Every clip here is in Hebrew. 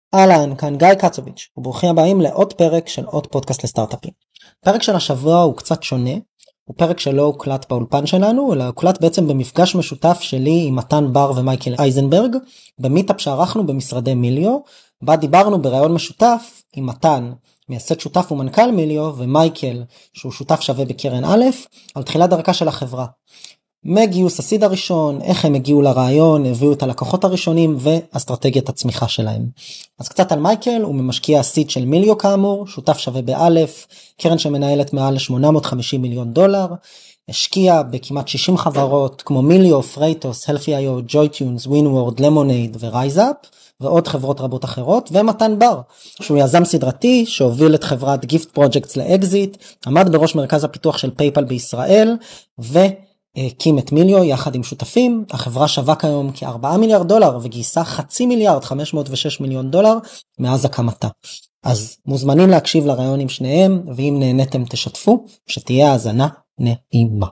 אהלן, כאן גיא קצוביץ', וברוכים הבאים לעוד פרק של עוד פודקאסט לסטארט-אפים. פרק של השבוע הוא קצת שונה, הוא פרק שלא הוקלט באולפן שלנו, אלא הוקלט בעצם במפגש משותף שלי עם מתן בר ומייקל אייזנברג, במיטאפ שערכנו במשרדי מיליו, בה דיברנו ברעיון משותף עם מתן, מייסד שותף ומנכ"ל מיליו, ומייקל, שהוא שותף שווה בקרן א', על תחילת דרכה של החברה. מגיוס הסיד הראשון, איך הם הגיעו לרעיון, הביאו את הלקוחות הראשונים ואסטרטגיית הצמיחה שלהם. אז קצת על מייקל, הוא ממשקיע הסיד של מיליו כאמור, שותף שווה באלף, קרן שמנהלת מעל $850 מיליון, השקיע בכמעט 60 חברות כמו מיליו, פרייטוס, הלפי.איו, ג'וי-טיונס, ווינוורד, למונייד ורייזאפ, ועוד חברות רבות אחרות, ומתן בר, שהוא יזם סדרתי שהוביל את חברת גיפט פרוג'קטס לאקזיט, עמד בראש מרכז הפיתוח של פייפל בישראל, הקים את מיליו יחד עם שותפים. החברה שווה כיום $4 מיליארד וגייסה $500 מיליון, $506 מיליון מאז הקמתה. אז מוזמנים להקשיב לרעיון עם שניהם, ואם נהניתם תשתפו, שתהיה האזנה נעימה.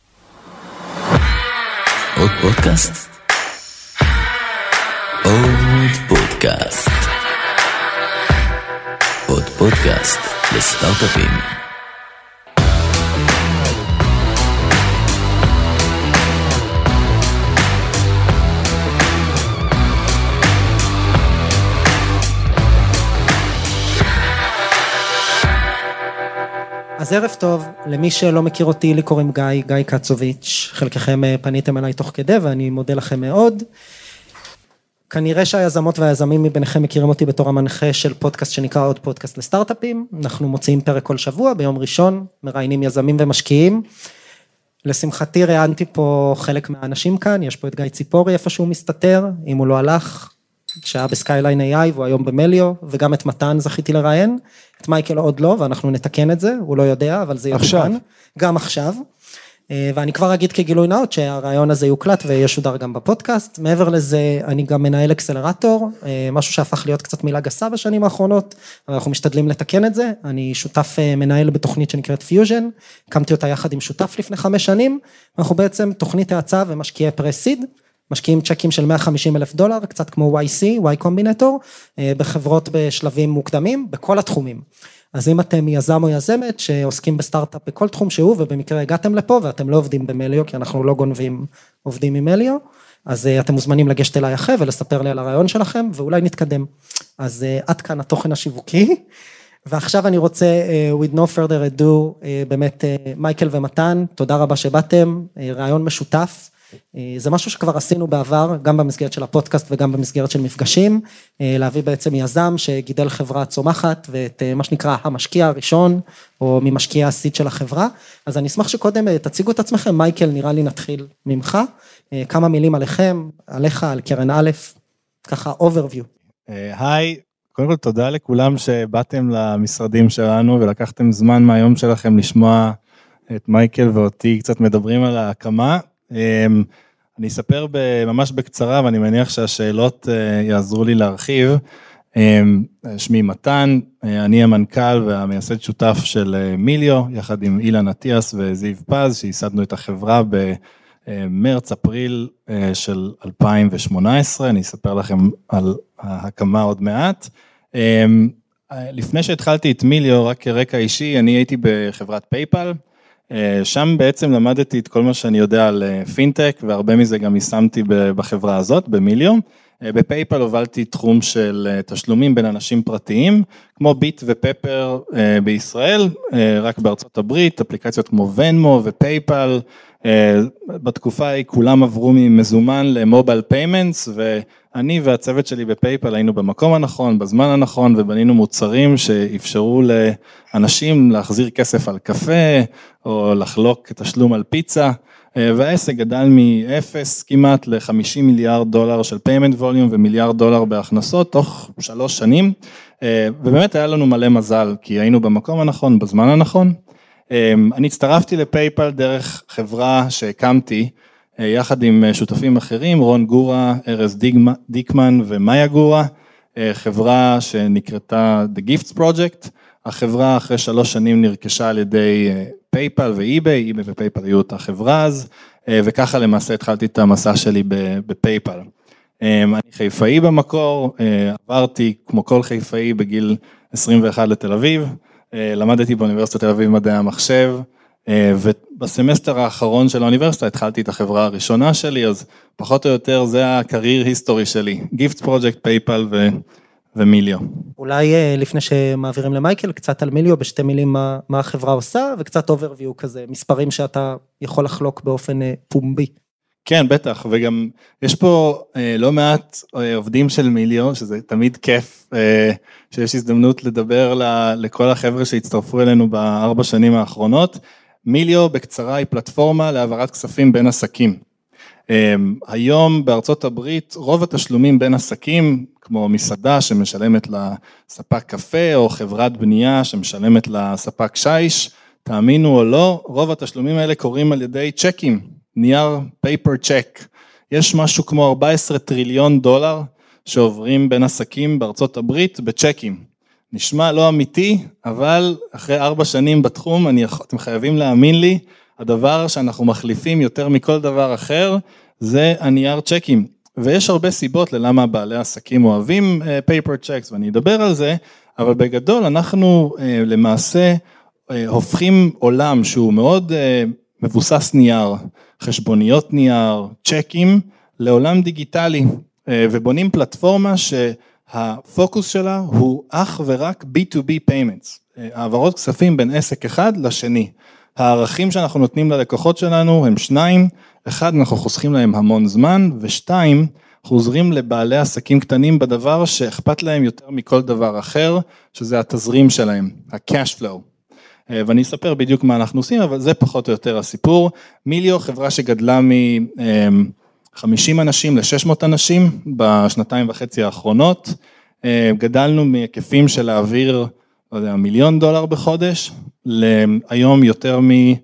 עוד פודקאסט? עוד פודקאסט. עוד פודקאסט לסטארט-אפים. אז ערב טוב, למי שלא מכיר אותי, לי קוראים גיא קצוביץ', חלקכם פניתם אליי תוך כדי ואני מודה לכם מאוד. כנראה שהיזמות והיזמים מביניכם מכירים אותי בתור המנחה של פודקאסט שנקרא עוד פודקאסט לסטארט-אפים, אנחנו מוציאים פרק כל שבוע, ביום ראשון, מראיינים יזמים ומשקיעים. לשמחתי ראיינתי פה חלק מהאנשים כאן, יש פה את גיא ציפורי איפה שהוא מסתתר, אם הוא לא הלך, שהיה בסקייליין AI והוא היום במיליו, וגם את מתן זכיתי לראיין, את מייקל עוד לא, ואנחנו נתקן את זה, הוא לא יודע, אבל זה יתוקן, גם עכשיו, ואני כבר אגיד כגילוי נאות שהרעיון הזה יוקלט וישודר גם בפודקאסט, מעבר לזה אני גם מנהל אקסלרטור, משהו שהפך להיות קצת מילה גסה בשנים האחרונות, אבל אנחנו משתדלים לתקן את זה, אני שותף מנהל בתוכנית שנקראת פיוז'ן, הקמתי אותה יחד עם שותף לפני 5 שנים, אנחנו בעצם תוכנית האצה ומשקיעי פרסיד, משקיעים צ'קים של $150,000, קצת כמו YC, Y Combinator, בחברות בשלבים מוקדמים, בכל התחומים. אז אם אתם יזם או יזמת שעוסקים בסטארט-אפ בכל תחום שהוא, ובמקרה הגעתם לפה ואתם לא עובדים במיליו, כי אנחנו לא גונבים עובדים ממיליו, אז אתם מוזמנים לגשת אליי אחרי ולספר לי על הרעיון שלכם, ואולי נתקדם. אז עד כאן התוכן השיווקי, ועכשיו אני רוצה, with no further ado, באמת מייקל ומתן, תודה רבה שבאתם, רעיון משותף, זה משהו שכבר עשינו בעבר, גם במסגרת של הפודקאסט וגם במסגרת של מפגשים, להביא בעצם יזם שגידל חברה צומחת, ואת מה שנקרא המשקיע הראשון, או ממשקיע הסיד של החברה, אז אני אשמח שקודם תציגו את עצמכם, מייקל נראה לי נתחיל ממך, כמה מילים עליכם, עליך, על קרן א', ככה overview. היי, קודם כל תודה לכולם שבאתם למשרדים שלנו, ולקחתם זמן מהיום שלכם לשמוע את מייקל ואותי קצת מדברים על ההקמה, אני אספר ממש בקצרה, ואני מניח שהשאלות יעזרו לי להרחיב. שמי מתן, אני המנכ"ל והמייסד שותף של מיליו, יחד עם אילן אטיאס וזיו פז, שייסדנו את החברה במרץ-אפריל של 2018, אני אספר לכם על ההקמה עוד מעט. לפני שהתחלתי את מיליו, רק כרקע אישי, אני הייתי בחברת פייפל, שם בעצם למדתי את כל מה שאני יודע על פינטק, והרבה מזה גם יישמתי בחברה הזאת, במיליו. בפייפל הובלתי תחום של תשלומים בין אנשים פרטיים, כמו ביט ופפר בישראל, רק בארצות הברית, אפליקציות כמו ונמו ופייפל, בתקופה היא כולם עברו ממזומן למובייל פיימנטס, ואני והצוות שלי בפייפל היינו במקום הנכון, בזמן הנכון, ובנינו מוצרים שאפשרו לאנשים להחזיר כסף על קפה, או לחלוק תשלום על פיצה, והעסק גדל מ-0 כמעט ל$50 מיליארד של payment volume ו$1 מיליארד בהכנסות תוך 3 שנים, ובאמת היה לנו מלא מזל, כי היינו במקום הנכון, בזמן הנכון. אני הצטרפתי לפייפל דרך חברה שהקמתי, יחד עם שותפים אחרים, רון גורה, ארז דיקמן ומאיה גורה, חברה שנקראתה The Gifts Project, החברה אחרי 3 שנים נרכשה על ידי פייפל ואיביי, איביי ופייפל היו אותה חברה אז, וככה למעשה התחלתי את המסע שלי בפייפל. אני חיפאי במקור, עברתי כמו כל חיפאי בגיל 21 לתל אביב, למדתי באוניברסיטת תל אביב מדעי המחשב, ובסמסטר האחרון של האוניברסיטה התחלתי את החברה הראשונה שלי, אז פחות או יותר זה הקרייר היסטורי שלי, גיפט פרויקט, פייפל ומיליו. אולי לפני שמעבירים למייקל, קצת על מיליו, בשתי מילים מה החברה עושה, וקצת אוברוויו כזה, מספרים שאתה יכול לחלוק באופן פומבי. כן, בטח, וגם יש פה לא מעט עובדים של מיליו, שזה תמיד כיף, שיש הזדמנות לדבר לכל החבר'ה שהצטרפו אלינו ב4 שנים האחרונות. מיליו בקצרה היא פלטפורמה להעברת כספים בין עסקים. היום בארצות הברית רוב התשלומים בין עסקים, כמו מסעדה שמשלמת לספק קפה, או חברת בנייה שמשלמת לספק שיש, תאמינו או לא, רוב התשלומים האלה קורים על ידי צ'קים, נייר פייפר צ'ק. יש משהו כמו 14 טריליון דולר שעוברים בין עסקים בארצות הברית בצ'קים. נשמע לא אמיתי, אבל אחרי 4 שנים בתחום, אתם חייבים להאמין לי, הדבר שאנחנו מחליפים יותר מכל דבר אחר, זה הנייר צ'קים. ויש הרבה סיבות ללמה בעלי עסקים אוהבים פייפר צ'קס, ואני אדבר על זה, אבל בגדול אנחנו למעשה הופכים עולם שהוא מאוד מבוסס נייר, חשבוניות נייר, צ'קים, לעולם דיגיטלי, ובונים פלטפורמה שהפוקוס שלה הוא אך ורק B2B payments, העברות כספים בין עסק אחד לשני. הערכים שאנחנו נותנים ללקוחות שלנו הם 2, 1, אנחנו חוסכים להם המון זמן, ו2, אנחנו עוזרים לבעלי עסקים קטנים בדבר שאכפת להם יותר מכל דבר אחר, שזה התזרים שלהם, ה-cash flow. ואני אספר בדיוק מה אנחנו עושים, אבל זה פחות או יותר הסיפור. מיליו, חברה שגדלה מ-50 אנשים ל-600 אנשים בשנתיים וחצי האחרונות, גדלנו מהיקפים של להעביר, לא יודע, $1 מיליון בחודש, להיום יותר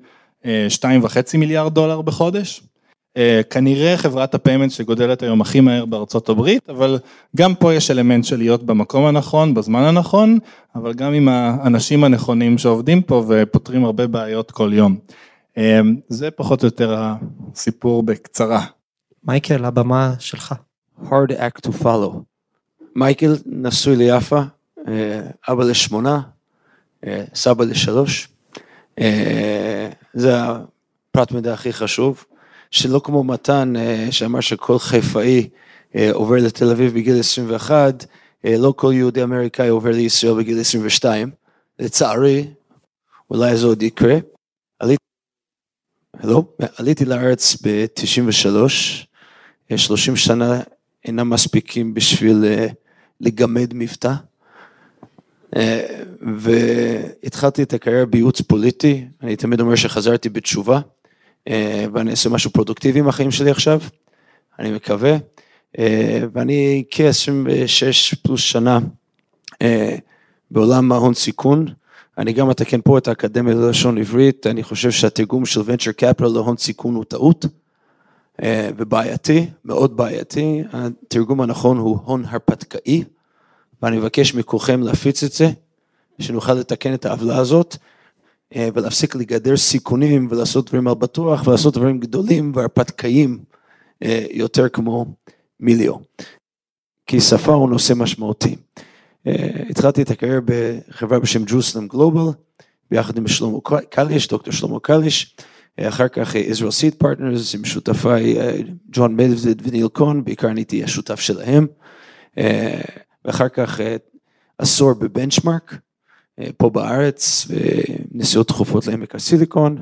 מ-2.5 מיליארד דולר בחודש. כנראה חברת הפיימנט שגודלת היום הכי מהר בארצות הברית, אבל גם פה יש אלמנט של להיות במקום הנכון, בזמן הנכון, אבל גם עם האנשים הנכונים שעובדים פה ופותרים הרבה בעיות כל יום. זה פחות או יותר הסיפור בקצרה. מייקל, הבמה שלך. hard act to follow. מייקל נשוי ליפה, אבא ל8, סבא ל3. זה הפרט מידע הכי חשוב. שלא כמו מתן שאמר שכל חיפאי עובר לתל אביב בגיל 21, לא כל יהודי אמריקאי עובר לישראל בגיל 22, לצערי, אולי זה עוד יקרה. עליתי לארץ ב-93, 30 שנה אינם מספיקים בשביל לגמד מבטא, והתחלתי את הקריירה בייעוץ פוליטי, אני תמיד אומר שחזרתי בתשובה, ואני אעשה משהו פרודוקטיבי עם החיים שלי עכשיו, אני מקווה, ואני כ-26 פלוס שנה בעולם ההון סיכון, אני גם מתקן פה את האקדמיה ללשון עברית, אני חושב שהתרגום של venture capital להון סיכון הוא טעות, ובעייתי, מאוד בעייתי, התרגום הנכון הוא הון הרפתקאי, ואני מבקש מכולכם להפיץ את זה, שנוכל לתקן את העוולה הזאת, ולהפסיק לגדר סיכונים, ולעשות דברים על בטוח, ולעשות דברים גדולים והרפתקאיים, יותר כמו מיליו. כי שפה הוא נושא משמעותי. התחלתי את הקריירה בחברה בשם ג'רוסלם גלובל, ביחד עם שלמה קליש, דוקטור שלמה קליש, אחר כך Israel Seed Partners, עם שותפיי ג'ון מלבד וניל קון, בעיקר אני הייתי השותף שלהם, ואחר כך עשור בבנצ'מרק, פה בארץ, ונסיעות תכופות לעמק הסיליקון,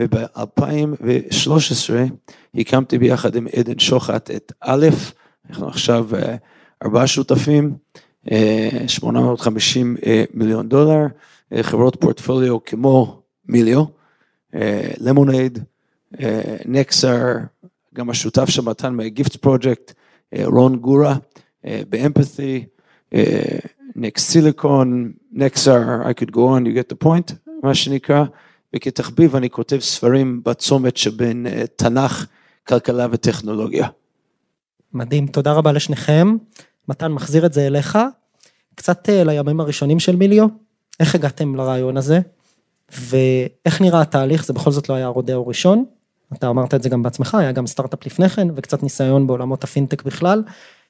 וב-2013 הקמתי ביחד עם עדן שוחט את א', אנחנו עכשיו 4 שותפים, $850 מיליון, חברות פורטפוליו כמו מיליו, למונייד, נקסר, גם השותף של מתן מהגיפט פרויקט, רון גורה, באמפת'י, נקסט סיליקון, נקסר, I could go on, you get the point, מה שנקרא, וכתחביב אני כותב ספרים בצומת שבין תנ"ך, כלכלה וטכנולוגיה. מדהים, תודה רבה לשניכם. מתן מחזיר את זה אליך, קצת לימים הראשונים של מיליו, איך הגעתם לרעיון הזה, ואיך נראה התהליך, זה בכל זאת לא היה הרודאו ראשון, אתה אמרת את זה גם בעצמך, היה גם סטארט-אפ לפני כן, וקצת ניסיון בעולמות הפינטק בכלל,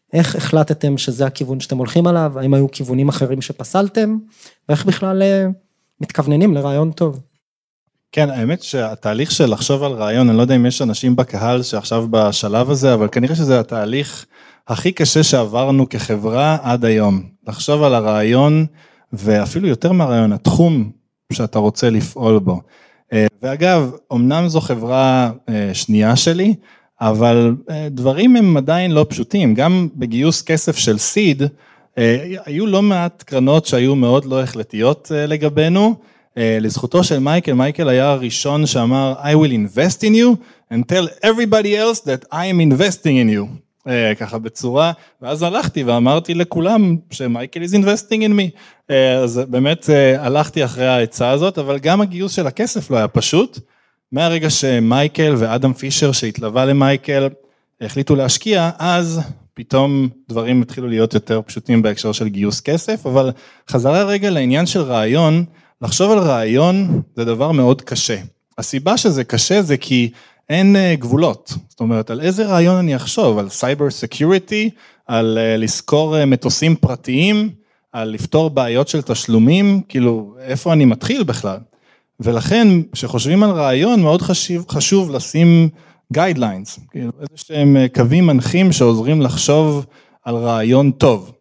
איך החלטתם שזה הכיוון שאתם הולכים עליו, האם היו כיוונים אחרים שפסלתם, ואיך בכלל מתכווננים לרעיון טוב? כן, האמת שהתהליך של לחשוב על רעיון, אני לא יודע אם יש אנשים בקהל שעכשיו בשלב הזה, אבל כנראה שזה התהליך הכי קשה שעברנו כחברה עד היום. לחשוב על הרעיון, ואפילו יותר מהרעיון, התחום שאתה רוצה לפעול בו. ואגב, אמנם זו חברה שנייה שלי, אבל דברים הם עדיין לא פשוטים, גם בגיוס כסף של סיד, היו לא מעט קרנות שהיו מאוד לא החלטיות לגבינו, לזכותו של מייקל היה הראשון שאמר, I will invest in you, and tell everybody else that I am investing in you, ככה בצורה, ואז הלכתי ואמרתי לכולם שמייקל is investing in me, אז באמת הלכתי אחרי העצה הזאת, אבל גם הגיוס של הכסף לא היה פשוט, מהרגע שמייקל ואדם פישר שהתלווה למייקל החליטו להשקיע, אז פתאום דברים התחילו להיות יותר פשוטים בהקשר של גיוס כסף, אבל חזרה רגע לעניין של רעיון, לחשוב על רעיון זה דבר מאוד קשה. הסיבה שזה קשה זה כי אין גבולות, זאת אומרת על איזה רעיון אני אחשוב, על סייבר סקיוריטי, על לזכור מטוסים פרטיים, על לפתור בעיות של תשלומים, כאילו איפה אני מתחיל בכלל. ולכן, כשחושבים על רעיון, מאוד חשוב לשים guidelines, כאילו איזה שהם קווים מנחים שעוזרים לחשוב על רעיון טוב.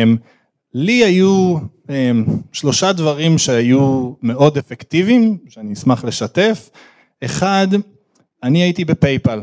לי היו 3 דברים שהיו מאוד אפקטיביים, שאני אשמח לשתף. אחד, אני הייתי בפייפל,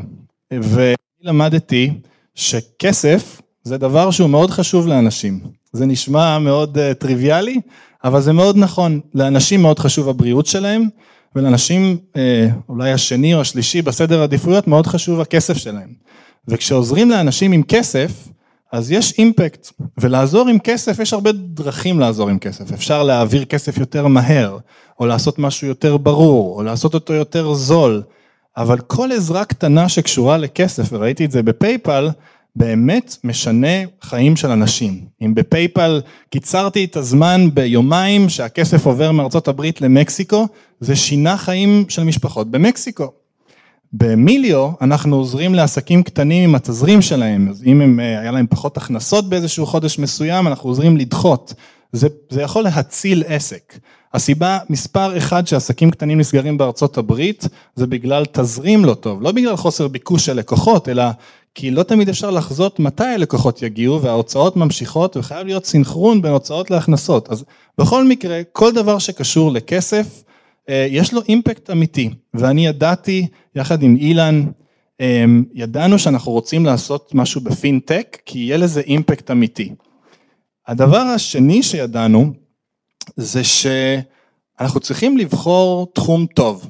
ולמדתי שכסף זה דבר שהוא מאוד חשוב לאנשים. זה נשמע מאוד טריוויאלי, אבל זה מאוד נכון, לאנשים מאוד חשוב הבריאות שלהם, ולאנשים אולי השני או השלישי בסדר העדיפויות מאוד חשוב הכסף שלהם. וכשעוזרים לאנשים עם כסף, אז יש אימפקט, ולעזור עם כסף, יש הרבה דרכים לעזור עם כסף, אפשר להעביר כסף יותר מהר, או לעשות משהו יותר ברור, או לעשות אותו יותר זול, אבל כל עזרה קטנה שקשורה לכסף, וראיתי את זה בפייפל, באמת משנה חיים של אנשים. אם בפייפל קיצרתי את הזמן ביומיים שהכסף עובר מארצות הברית למקסיקו, זה שינה חיים של משפחות במקסיקו. במיליו אנחנו עוזרים לעסקים קטנים עם התזרים שלהם, אז אם היה להם פחות הכנסות באיזשהו חודש מסוים, אנחנו עוזרים לדחות. זה יכול להציל עסק. הסיבה מספר אחד שעסקים קטנים נסגרים בארצות הברית, זה בגלל תזרים לא טוב, לא בגלל חוסר ביקוש של לקוחות, אלא כי לא תמיד אפשר לחזות מתי הלקוחות יגיעו, וההוצאות ממשיכות, וחייב להיות סינכרון בין הוצאות להכנסות. אז בכל מקרה, כל דבר שקשור לכסף, יש לו אימפקט אמיתי, ואני ידעתי, יחד עם אילן, ידענו שאנחנו רוצים לעשות משהו בפינטק, כי יהיה לזה אימפקט אמיתי. הדבר השני שידענו, זה שאנחנו צריכים לבחור תחום טוב.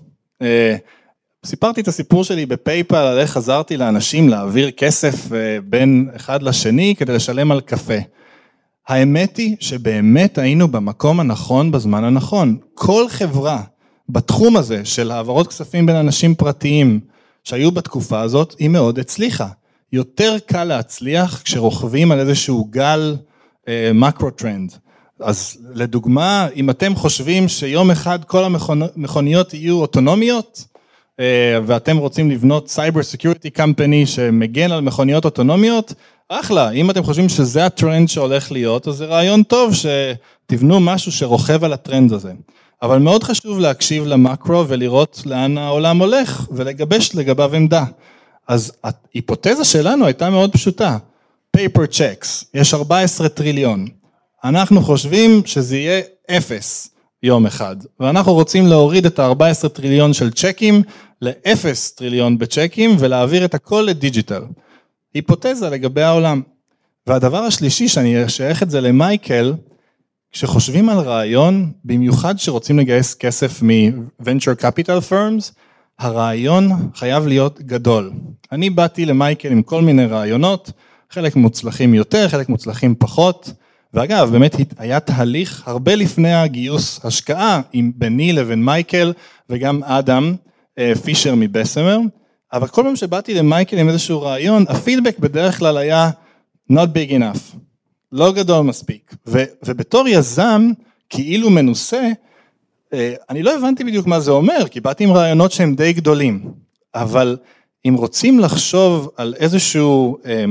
סיפרתי את הסיפור שלי בפייפל, על איך עזרתי לאנשים להעביר כסף בין אחד לשני, כדי לשלם על קפה. האמת היא שבאמת היינו במקום הנכון, בזמן הנכון. כל חברה בתחום הזה של העברות כספים בין אנשים פרטיים, שהיו בתקופה הזאת, היא מאוד הצליחה. יותר קל להצליח כשרוכבים על איזשהו גל מקרו-טרנד. אז לדוגמה, אם אתם חושבים שיום אחד כל המכוניות יהיו אוטונומיות, ואתם רוצים לבנות סייבר סקיוריטי קמפני שמגן על מכוניות אוטונומיות, אחלה, אם אתם חושבים שזה הטרנד שהולך להיות, אז זה רעיון טוב שתבנו משהו שרוכב על הטרנד הזה. אבל מאוד חשוב להקשיב למקרו ולראות לאן העולם הולך ולגבש לגביו עמדה. אז ההיפותזה שלנו הייתה מאוד פשוטה. paper checks, יש 14 טריליון. אנחנו חושבים שזה יהיה 0 יום אחד, ואנחנו רוצים להוריד את ה-14 טריליון של צ'קים ל-0 טריליון בצ'קים, ולהעביר את הכל לדיג'יטל. היפותזה לגבי העולם. והדבר השלישי, שאני אשייך את זה למייקל, כשחושבים על רעיון, במיוחד שרוצים לגייס כסף מ-venture capital firms, הרעיון חייב להיות גדול. אני באתי למייקל עם כל מיני רעיונות, חלק מוצלחים יותר, חלק מוצלחים פחות, ואגב, באמת היה תהליך הרבה לפני הגיוס השקעה, ביני לבין מייקל, וגם אדם פישר מבסמר, אבל כל פעם שבאתי למייקל עם איזשהו רעיון, הפידבק בדרך כלל היה not big enough, לא גדול מספיק, ובתור יזם, כאילו מנוסה, אני לא הבנתי בדיוק מה זה אומר, כי באתי עם רעיונות שהם די גדולים, אבל אם רוצים לחשוב על איזשהו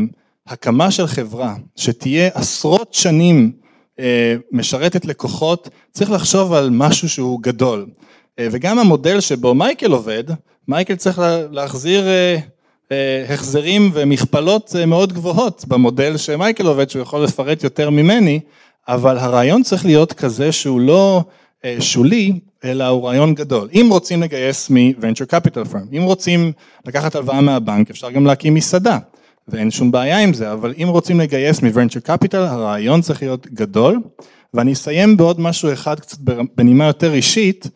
הקמה של חברה שתהיה עשרות שנים משרתת לקוחות, צריך לחשוב על משהו שהוא גדול. וגם המודל שבו מייקל עובד, מייקל צריך להחזיר החזרים ומכפלות מאוד גבוהות במודל שמייקל עובד, שהוא יכול לפרט יותר ממני, אבל הרעיון צריך להיות כזה שהוא לא שולי, אלא הוא רעיון גדול. אם רוצים לגייס מ-Venture Capital Firm, אם רוצים לקחת הלוואה מהבנק, אפשר גם להקים מסעדה, ואין שום בעיה עם זה, אבל אם רוצים לגייס מ-Venture Capital, הרעיון צריך להיות גדול, ואני אסיים בעוד משהו אחד קצת בנימה יותר אישית,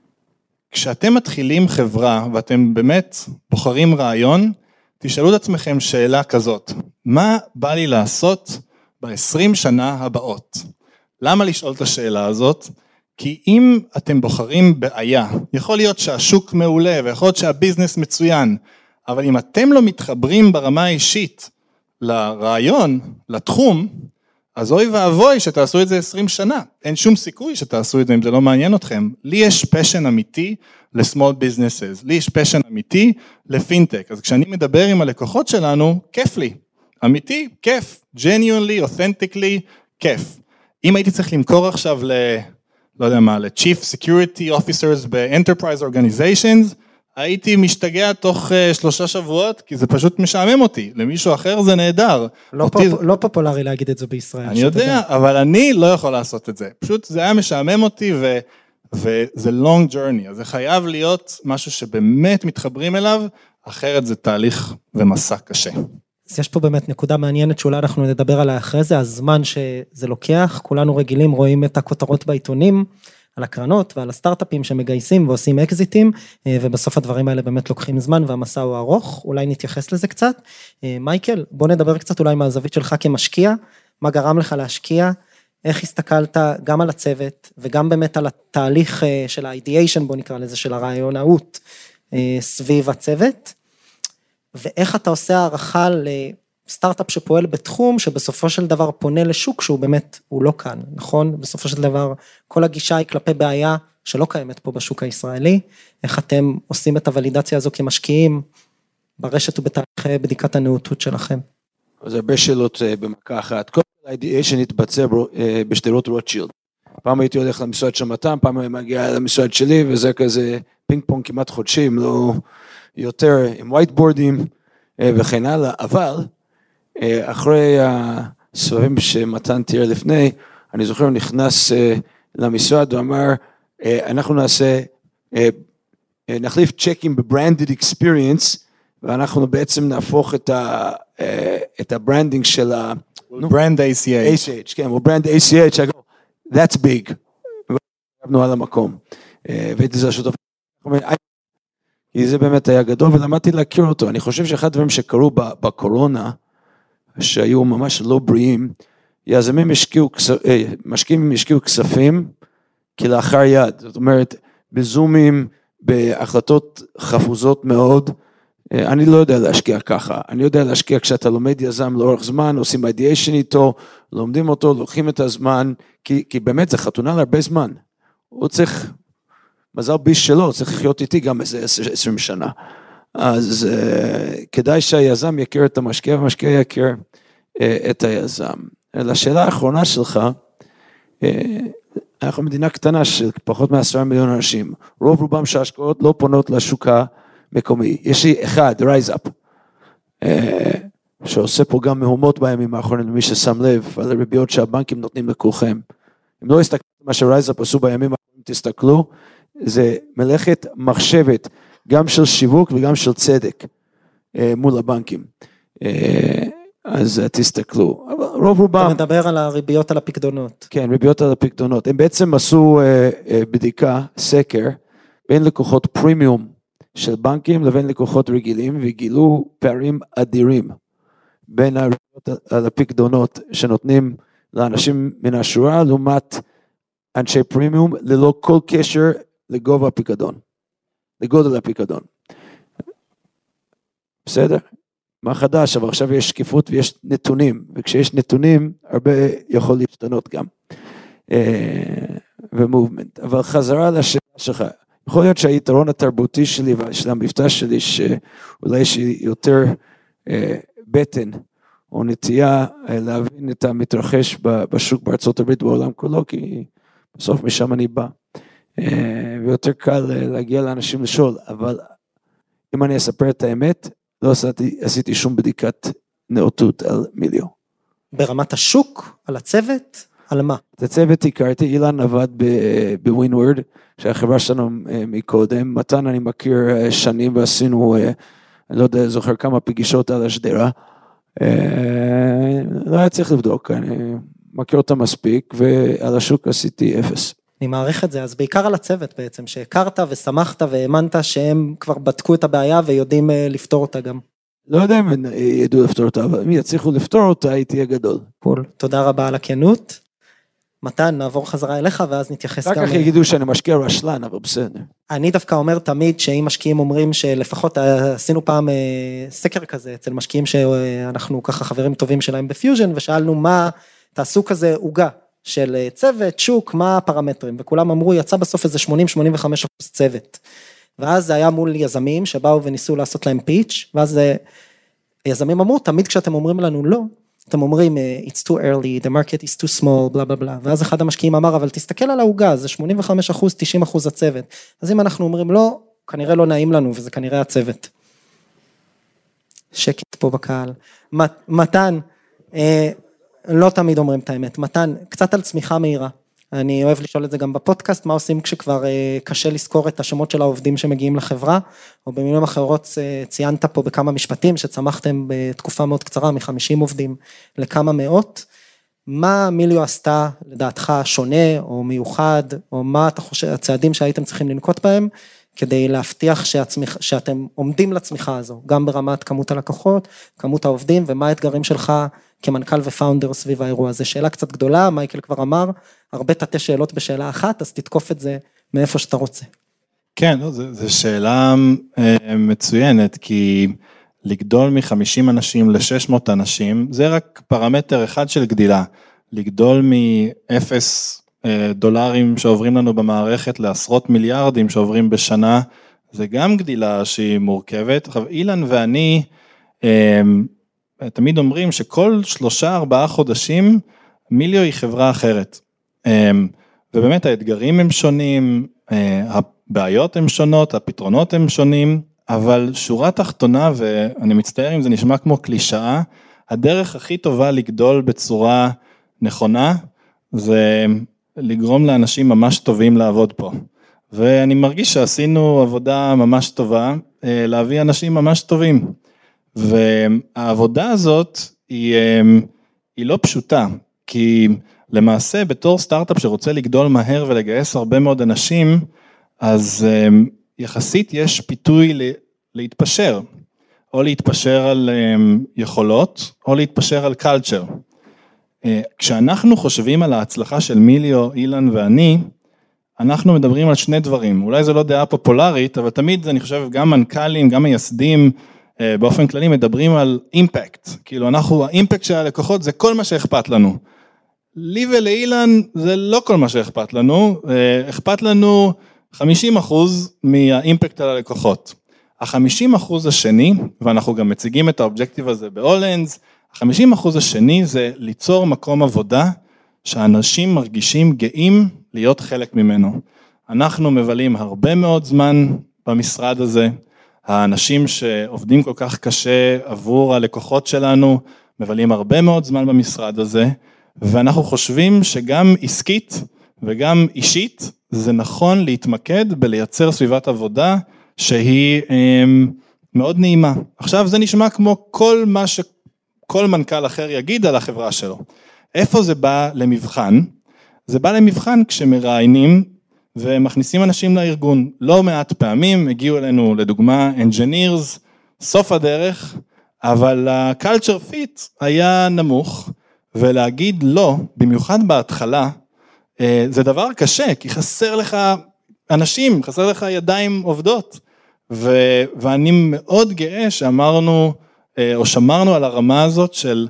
כשאתם מתחילים חברה ואתם באמת בוחרים רעיון, תשאלו את עצמכם שאלה כזאת, מה בא לי לעשות ב-20 שנה הבאות? למה לשאול את השאלה הזאת? כי אם אתם בוחרים בעיה, יכול להיות שהשוק מעולה ויכול להיות שהביזנס מצוין, אבל אם אתם לא מתחברים ברמה האישית לרעיון, לתחום, אז אוי ואבוי שתעשו את זה 20 שנה. אין שום סיכוי שתעשו את זה אם זה לא מעניין אתכם. לי יש פשן אמיתי ל-small businesses, לי יש פשן אמיתי לפינטק. אז כשאני מדבר עם הלקוחות שלנו, כיף לי. אמיתי, כיף. genuinely, authentically, כיף. אם הייתי צריך למכור עכשיו לא יודע מה, ל-Chief Security Officers ב-Enterprise Organizations, הייתי משתגע תוך 3 שבועות, כי זה פשוט משעמם אותי, למישהו אחר זה נהדר. לא פופולרי להגיד את זה בישראל. אני יודע, אבל אני לא יכול לעשות את זה. פשוט זה היה משעמם אותי, וזה long journey, אז זה חייב להיות משהו שבאמת מתחברים אליו, אחרת זה תהליך ומסע קשה. אז יש פה באמת נקודה מעניינת שאולי אנחנו נדבר עליה אחרי זה, הזמן שזה לוקח, כולנו רגילים, רואים את הכותרות בעיתונים, על הקרנות ועל הסטארט-אפים שמגייסים ועושים אקזיטים, ובסוף הדברים האלה באמת לוקחים זמן, והמסע הוא ארוך, אולי נתייחס לזה קצת. מייקל, בוא נדבר קצת אולי מהזווית שלך כמשקיע, מה גרם לך להשקיע, איך הסתכלת גם על הצוות, וגם באמת על התהליך של ה-ideation, בוא נקרא לזה, של הרעיונאות סביב הצוות, ואיך אתה עושה הערכה לסטארט-אפ שפועל בתחום, שבסופו של דבר פונה לשוק, שהוא באמת, הוא לא כאן, נכון? בסופו של דבר, כל הגישה היא כלפי בעיה, שלא קיימת פה בשוק הישראלי, איך אתם עושים את הוולידציה הזו כמשקיעים, ברשת ובתהליכי בדיקת הנאותות שלכם? אז הרבה שאלות במכה אחת, כל ה-ideation התבצע בשדרות רוטשילד, פעם הייתי הולך למשרד של מתן, פעם אני מגיע למשרד שלי, וזה כזה פינג פונג כמעט חודשי, לא יותר עם whiteboardים וכן הלאה, אבל אחרי הסבבים שמתן תיאר לפני, אני זוכר הוא נכנס למשרד ואמר, אנחנו נחליף צ'קים בברנדד אקספיריאנס, ואנחנו בעצם נהפוך את הברנדינג של ברנד ACH. כן, הוא ברנד ACH, that's big. ועבנו על המקום. והייתי זה השותף. כי זה באמת היה גדול, ולמדתי להכיר אותו. אני חושב שאחד הדברים שקרו בקורונה, שהיו ממש לא בריאים, יזמים משקיעים השקיעו כספים, כלאחר יד. זאת אומרת, בזומים, בהחלטות חפוזות מאוד, אני לא יודע להשקיע ככה. אני יודע להשקיע כשאתה לומד יזם לאורך זמן, עושים ideation איתו, לומדים אותו, לוקחים את הזמן, כי באמת זה חתונה להרבה זמן. הוא צריך, מזל ביש שלו, צריך לחיות איתי גם איזה 20 שנה. אז כדאי שהיזם יכיר את המשקיע, והמשקיע יכיר את היזם. לשאלה האחרונה שלך, אנחנו מדינה קטנה של פחות מ10 מיליון אנשים, רוב רובם שההשקעות לא פונות לשוק המקומי. יש לי אחד, RiseUp, שעושה פה גם מהומות בימים האחרונים, למי ששם לב, על הריביות שהבנקים נותנים לכולכם. אם לא הסתכלתם מה ש-RiseUp עשו בימים האחרונים, תסתכלו, זה מלאכת מחשבת, גם של שיווק וגם של צדק, מול הבנקים. אז תסתכלו. רוב רובם... אתה מדבר על הריביות על הפקדונות. כן, ריביות על הפקדונות. הם בעצם עשו בדיקה, סקר, בין לקוחות פרימיום של בנקים לבין לקוחות רגילים, וגילו פערים אדירים בין הריביות על הפקדונות שנותנים לאנשים מן השורה, לעומת אנשי פרימיום, ללא כל קשר לגובה הפקדון, לגודל הפקדון. בסדר? מה חדש? אבל עכשיו יש שקיפות ויש נתונים, וכשיש נתונים, הרבה יכול להשתנות גם. ומובמנט. אבל חזרה לשאלה שלך, יכול להיות שהיתרון התרבותי שלי, ושל המבטא שלי, שאולי יש יותר בטן, או נטייה להבין את המתרחש בשוק בארצות הברית בעולם כולו, כי בסוף משם אני בא. ויותר קל להגיע לאנשים לשאול, אבל אם אני אספר את האמת, לא עשיתי שום בדיקת נאותות על מיליו. ברמת השוק, על הצוות, על מה? את הצוות הכרתי, אילן עבד בווינוורד, שהחברה שלנו מקודם, מתן אני מכיר שנים ועשינו, אני לא יודע, זוכר כמה פגישות על השדרה, לא היה צריך לבדוק, אני מכיר אותה מספיק, ועל השוק עשיתי 0. אני מעריך את זה, אז בעיקר על הצוות בעצם, שהכרת ושמחת והאמנת שהם כבר בדקו את הבעיה ויודעים לפתור אותה גם. לא יודע אם ידעו לפתור אותה, אבל אם יצליחו לפתור אותה, היא תהיה גדול. קול, תודה רבה על הכנות. מתן, נעבור חזרה אליך ואז נתייחס גם... רק יגידו שאני משקיע רשלן, אבל בסדר. אני דווקא אומר תמיד שאם משקיעים אומרים שלפחות עשינו פעם סקר כזה אצל משקיעים שאנחנו ככה חברים טובים שלהם בפיוז'ן, ושאלנו מה תעשו כזה עוגה של צוות, שוק, מה הפרמטרים, וכולם אמרו יצא בסוף איזה 80-85% צוות. ואז זה היה מול יזמים שבאו וניסו לעשות להם פיץ', ואז יזמים אמרו, תמיד כשאתם אומרים לנו לא, אתם אומרים, it's too early, the market is too small, בלה בלה בלה, ואז אחד המשקיעים אמר, אבל תסתכל על ההוגה, זה 85%, 90% הצוות, אז אם אנחנו אומרים לא, כנראה לא נעים לנו, וזה כנראה הצוות. שקט פה בקהל. מתן, לא תמיד אומרים את האמת, מתן, קצת על צמיחה מהירה, אני אוהב לשאול את זה גם בפודקאסט, מה עושים כשכבר קשה לזכור את השמות של העובדים שמגיעים לחברה, או במילים אחרות ציינת פה בכמה משפטים, שצמחתם בתקופה מאוד קצרה, מ-50 עובדים לכמה מאות, מה מיליו עשתה לדעתך שונה או מיוחד, או מה אתה חושב, הצעדים שהייתם צריכים לנקוט בהם, כדי להבטיח שאתם עומדים לצמיחה הזו, גם ברמת כמות הלקוחות, כמות העובדים, ומה האתגרים שלך כמנכ"ל ופאונדר סביב האירוע הזה. שאלה קצת גדולה, מייקל כבר אמר, הרבה תתי שאלות בשאלה אחת, אז תתקוף את זה מאיפה שאתה רוצה. כן, זו שאלה מצוינת, כי לגדול מ-50 אנשים ל-600 אנשים, זה רק פרמטר אחד של גדילה, לגדול מ-0 דולרים שעוברים לנו במערכת לעשרות מיליארדים שעוברים בשנה, זה גם גדילה שהיא מורכבת. עכשיו, אילן ואני תמיד אומרים שכל 3-4 חודשים מיליו היא חברה אחרת. ובאמת האתגרים הם שונים, הבעיות הם שונות, הפתרונות הם שונים, אבל שורה תחתונה, ואני מצטער אם זה נשמע כמו קלישאה, הדרך הכי טובה לגדול בצורה נכונה, זה לגרום לאנשים ממש טובים לעבוד פה. ואני מרגיש שעשינו עבודה ממש טובה, להביא אנשים ממש טובים. והעבודה הזאת היא לא פשוטה, כי למעשה בתור סטארט-אפ שרוצה לגדול מהר ולגייס הרבה מאוד אנשים, אז יחסית יש פיתוי להתפשר, או להתפשר על יכולות, או להתפשר על קלצ'ר. כשאנחנו חושבים על ההצלחה של מיליו, אילן ואני, אנחנו מדברים על שני דברים, אולי זו לא דעה פופולרית, אבל תמיד אני חושב גם מנכ"לים, גם מייסדים, באופן כללי מדברים על אימפקט, כאילו האימפקט של הלקוחות זה כל מה שאכפת לנו. לי ולאילן זה לא כל מה שאכפת לנו, אכפת לנו 50% מהאימפקט על הלקוחות. ה-50% השני, ואנחנו גם מציגים את האובג'קטיב הזה באולנס, ה-50% השני זה ליצור מקום עבודה, שאנשים מרגישים גאים להיות חלק ממנו. אנחנו מבלים הרבה מאוד זמן במשרד הזה, האנשים שעובדים כל כך קשה עבור הלקוחות שלנו, מבלים הרבה מאוד זמן במשרד הזה, ואנחנו חושבים שגם עסקית וגם אישית, זה נכון להתמקד בלייצר סביבת עבודה שהיא מאוד נעימה. עכשיו זה נשמע כמו כל מה שכל מנכ"ל אחר יגיד על החברה שלו. איפה זה בא למבחן? זה בא למבחן כשמראיינים ומכניסים אנשים לארגון. לא מעט פעמים הגיעו אלינו לדוגמה engineers, סוף הדרך, אבל ה-culture fit היה נמוך, ולהגיד לא, במיוחד בהתחלה, זה דבר קשה, כי חסר לך אנשים, חסר לך ידיים עובדות, ואני מאוד גאה שאמרנו, או שמרנו על הרמה הזאת של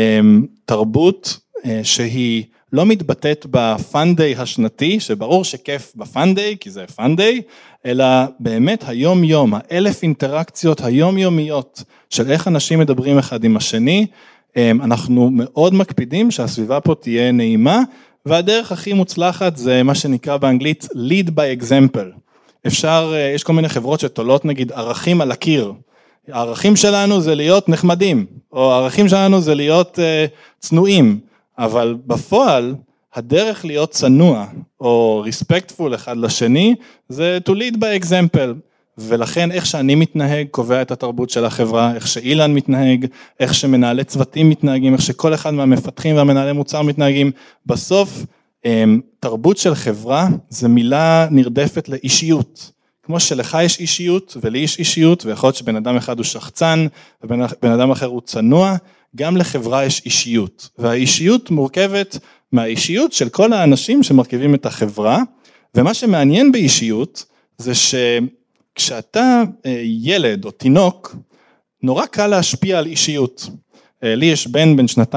תרבות, שהיא לא מתבטאת בפאנדיי השנתי, שברור שכיף בפאנדיי, כי זה פאנדיי, אלא באמת היום יום, 1000 אינטראקציות היום יומיות, של איך אנשים מדברים אחד עם השני, אנחנו מאוד מקפידים שהסביבה פה תהיה נעימה, והדרך הכי מוצלחת זה מה שנקרא באנגלית lead by example. אפשר, יש כל מיני חברות שתולות נגיד ערכים על הקיר, הערכים שלנו זה להיות נחמדים, או הערכים שלנו זה להיות צנועים, אבל בפועל הדרך להיות צנוע, או respectful אחד לשני, זה to lead by example, ולכן איך שאני מתנהג קובע את התרבות של החברה, איך שאילן מתנהג, איך שמנהלי צוותים מתנהגים, איך שכל אחד מהמפתחים והמנהלי מוצר מתנהגים, בסוף תרבות של חברה זה מילה נרדפת לאישיות, כמו שלך יש אישיות ולי יש אישיות, ויכול להיות שבן אדם אחד הוא שחצן, ובן אדם אחר הוא צנוע, גם לחברה יש אישיות, והאישיות מורכבת מהאישיות של כל האנשים שמרכיבים את החברה, ומה שמעניין באישיות זה שכשאתה ילד או תינוק, נורא קל להשפיע על אישיות. לי יש בן 2.5,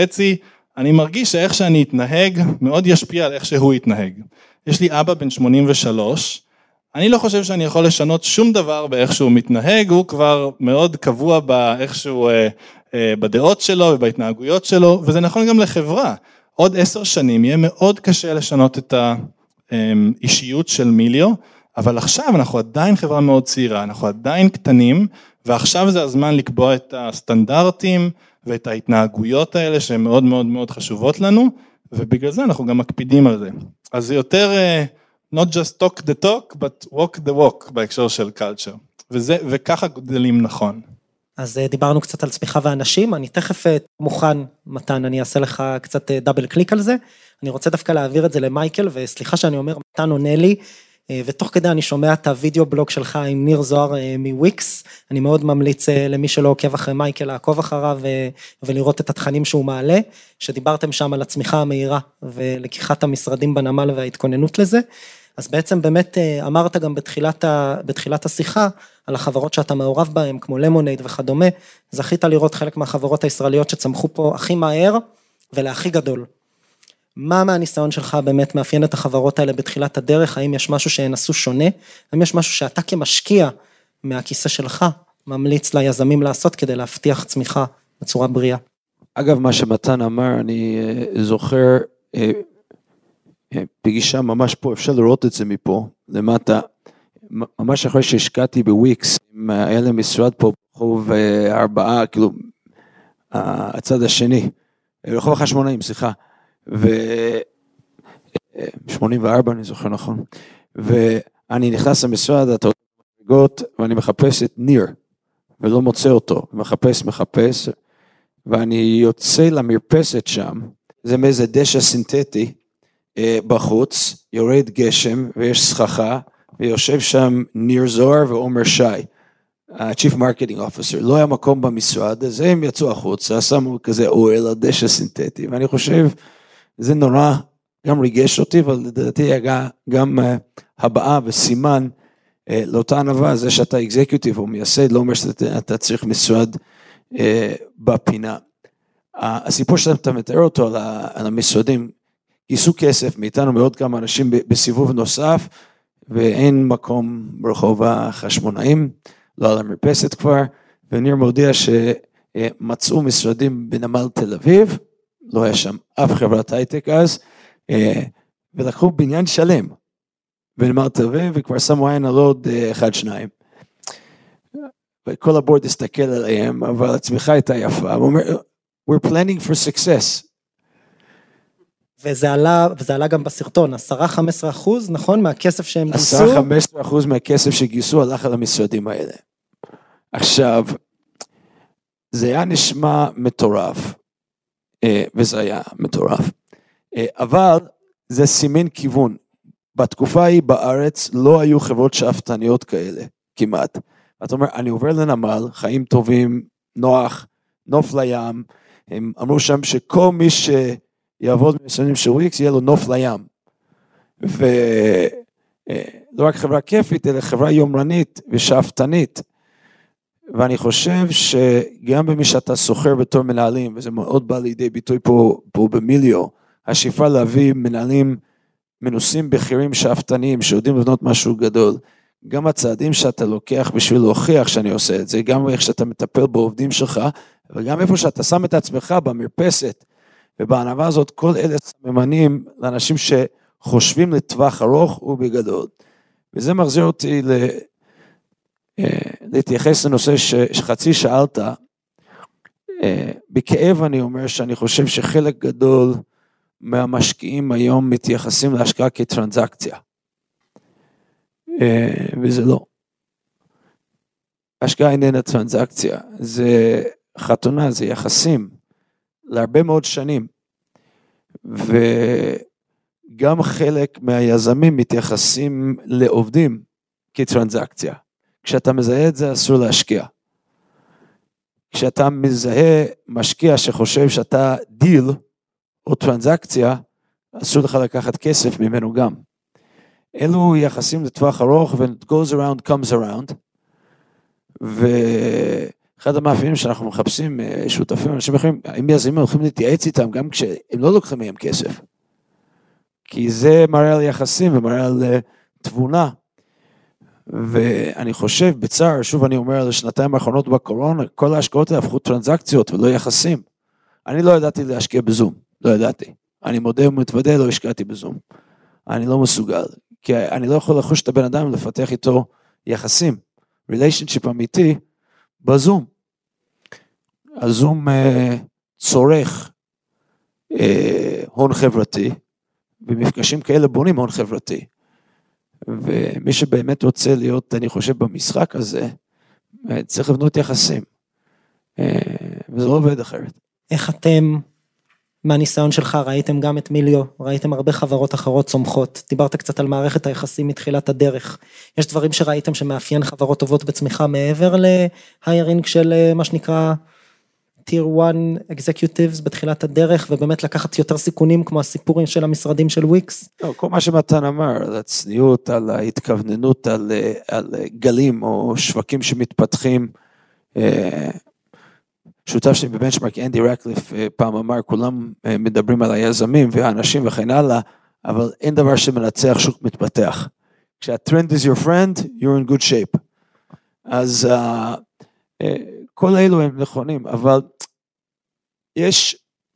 אני מרגיש שאיך שאני אתנהג מאוד ישפיע על איך שהוא יתנהג. יש לי אבא בן 83, אני לא חושב שאני יכול לשנות שום דבר באיך שהוא מתנהג, הוא כבר מאוד קבוע באיך שהוא, בדעות שלו ובהתנהגויות שלו, וזה נכון גם לחברה. עוד 10 שנים יהיה מאוד קשה לשנות את האישיות של מיליו, אבל עכשיו אנחנו עדיין חברה מאוד צעירה, אנחנו עדיין קטנים, ועכשיו זה הזמן לקבוע את הסטנדרטים ואת ההתנהגויות האלה שהן מאוד מאוד מאוד חשובות לנו, ובגלל זה אנחנו גם מקפידים על זה. אז זה יותר not just talk the talk, but walk the walk בהקשר של culture, וככה גדלים נכון. אז דיברנו קצת על צמיחה ואנשים, אני תכף מוכן, מתן, אני אעשה לך קצת דאבל קליק על זה, אני רוצה דווקא להעביר את זה למייקל, וסליחה שאני אומר, מתן עונה לי, ותוך כדי אני שומע את הוידאו בלוג שלך עם ניר זוהר מוויקס, אני מאוד ממליץ למי שלא עוקב אחרי מייקל, לעקוב אחריו ולראות את התכנים שהוא מעלה, שדיברתם שם על הצמיחה המהירה, ולקיחת המשרדים בנמל וההתכוננות לזה, אז בעצם באמת אמרת גם בתחילת השיחה, על החברות שאתה מעורב בהן, כמו למונייד וכדומה, זכית לראות חלק מהחברות הישראליות שצמחו פה הכי מהר ולהכי גדול. מה מהניסיון שלך באמת מאפיין את החברות האלה בתחילת הדרך? האם יש משהו שהן עשו שונה? האם יש משהו שאתה כמשקיע מהכיסא שלך ממליץ ליזמים לעשות כדי להבטיח צמיחה בצורה בריאה? אגב, מה שמתן אמר, אני זוכר פגישה ממש פה, אפשר לראות את זה מפה, למטה, ממש אחרי שהשקעתי בוויקס, היה להם משרד פה ברחוב 4, כאילו, הצד השני, רחוב החשמונאים, סליחה, 84 אני זוכר נכון, ואני נכנס למשרד, ואני מחפש את ניר, ולא מוצא אותו, מחפש, ואני יוצא למרפסת שם, זה מאיזה דשא סינתטי, בחוץ, יורד גשם, ויש סככה, ויושב שם ניר זוהר ועומר שי, ה-Chief Marketing Officer, לא היה מקום במשרד, אז הם יצאו החוצה, שמו כזה אוהל על דשא סינתטי, ואני חושב, זה נורא, גם ריגש אותי, אבל לדעתי היה גם הבאה וסימן, לאותה ענווה, זה שאתה אקזקיוטיב או מייסד, לא אומר שאתה צריך משרד בפינה. הסיפור שאתה מתאר אותו על המשרדים, גייסו כסף מאיתנו מאוד כמה אנשים בסיבוב נוסף, ואין מקום ברחוב החשמונאים, לא על המרפסת כבר, וניר מודיע שמצאו משרדים בנמל תל אביב, לא היה שם אף חברת הייטק אז, ולקחו בניין שלם, בנמל תל אביב, וכבר שמו עין על עוד 1-2. וכל הבורד הסתכל עליהם, אבל הצמיחה הייתה יפה, הוא אומר, we're planning for success. וזה עלה גם בסרטון, 10-15%, נכון? מהכסף שהם גייסו? 10-15% מהכסף שגייסו הלך על המשרדים האלה. עכשיו, זה היה נשמע מטורף, וזה היה מטורף, אבל זה סימן כיוון. בתקופה ההיא בארץ לא היו חברות שאפתניות כאלה, כמעט. אתה אומר, אני עובר לנמל, חיים טובים, נוח, נוף לים, הם אמרו שם שכל מי יעבוד במשרדים של וויקס, יהיה לו נוף לים. ולא רק חברה כיפית, אלא חברה יומרנית ושאפתנית. ואני חושב שגם במי שאתה סוחר בתור מנהלים, וזה מאוד בא לידי ביטוי פה במיליו, השאיפה להביא מנהלים מנוסים בכירים שאפתניים, שיודעים לבנות משהו גדול. גם הצעדים שאתה לוקח בשביל להוכיח שאני עושה את זה, גם איך שאתה מטפל בעובדים שלך, וגם איפה שאתה שם את עצמך במרפסת, ובענווה הזאת כל אלה סממנים לאנשים שחושבים לטווח ארוך ובגדול. וזה מחזיר אותי להתייחס לנושא שחצי שאלת, בכאב אני אומר שאני חושב שחלק גדול מהמשקיעים היום מתייחסים להשקעה כטרנזקציה. וזה לא. השקעה איננה טרנזקציה, זה חתונה, זה יחסים, להרבה מאוד שנים, וגם חלק מהיזמים מתייחסים לעובדים כטרנזקציה. כשאתה מזהה את זה אסור להשקיע. כשאתה מזהה משקיע שחושב שאתה דיל או טרנזקציה, אסור לך לקחת כסף ממנו גם. אלו יחסים לטווח ארוך, when it goes around comes around, ואחד המאפיינים שאנחנו מחפשים שותפים, אנשים אחרים, אם יזמים הולכים להתייעץ איתם, גם כשהם לא לוקחים מהם כסף, כי זה מראה על יחסים ומראה על תבונה, ואני חושב בצער, שוב אני אומר, לשנתיים האחרונות בקורונה, כל ההשקעות האלה הפכו טרנזקציות ולא יחסים. אני לא ידעתי להשקיע בזום, לא ידעתי. אני מודה ומתוודה, לא השקעתי בזום. אני לא מסוגל, כי אני לא יכול לחוש את הבן אדם לפתח איתו יחסים, ריליישנשיפ אמיתי, בזום. הזום צורך הון חברתי, במפגשים כאלה בונים הון חברתי. ומי שבאמת רוצה להיות, אני חושב, במשחק הזה, צריך לבנות יחסים. וזה לא עובד אחרת. איך אתם, מהניסיון שלך, ראיתם גם את מיליו, ראיתם הרבה חברות אחרות צומחות, דיברת קצת על מערכת היחסים מתחילת הדרך. יש דברים שראיתם שמאפיין חברות טובות בצמיחה מעבר להיירינג של מה שנקרא Tier 1 Executives בתחילת הדרך, ובאמת לקחת יותר סיכונים כמו הסיפורים של המשרדים של וויקס? לא, כל מה שמתן אמר, על הצניעות, על ההתכווננות, על גלים או שווקים שמתפתחים, שותף שלי בבנצ'מרק, אנדי רקליף, פעם אמר, כולם מדברים על היזמים והאנשים וכן הלאה, אבל אין דבר שמנצח שוק מתפתח. כשהטרנד is your friend, you're in good shape. אז כל אלו הם נכונים, אבל יש,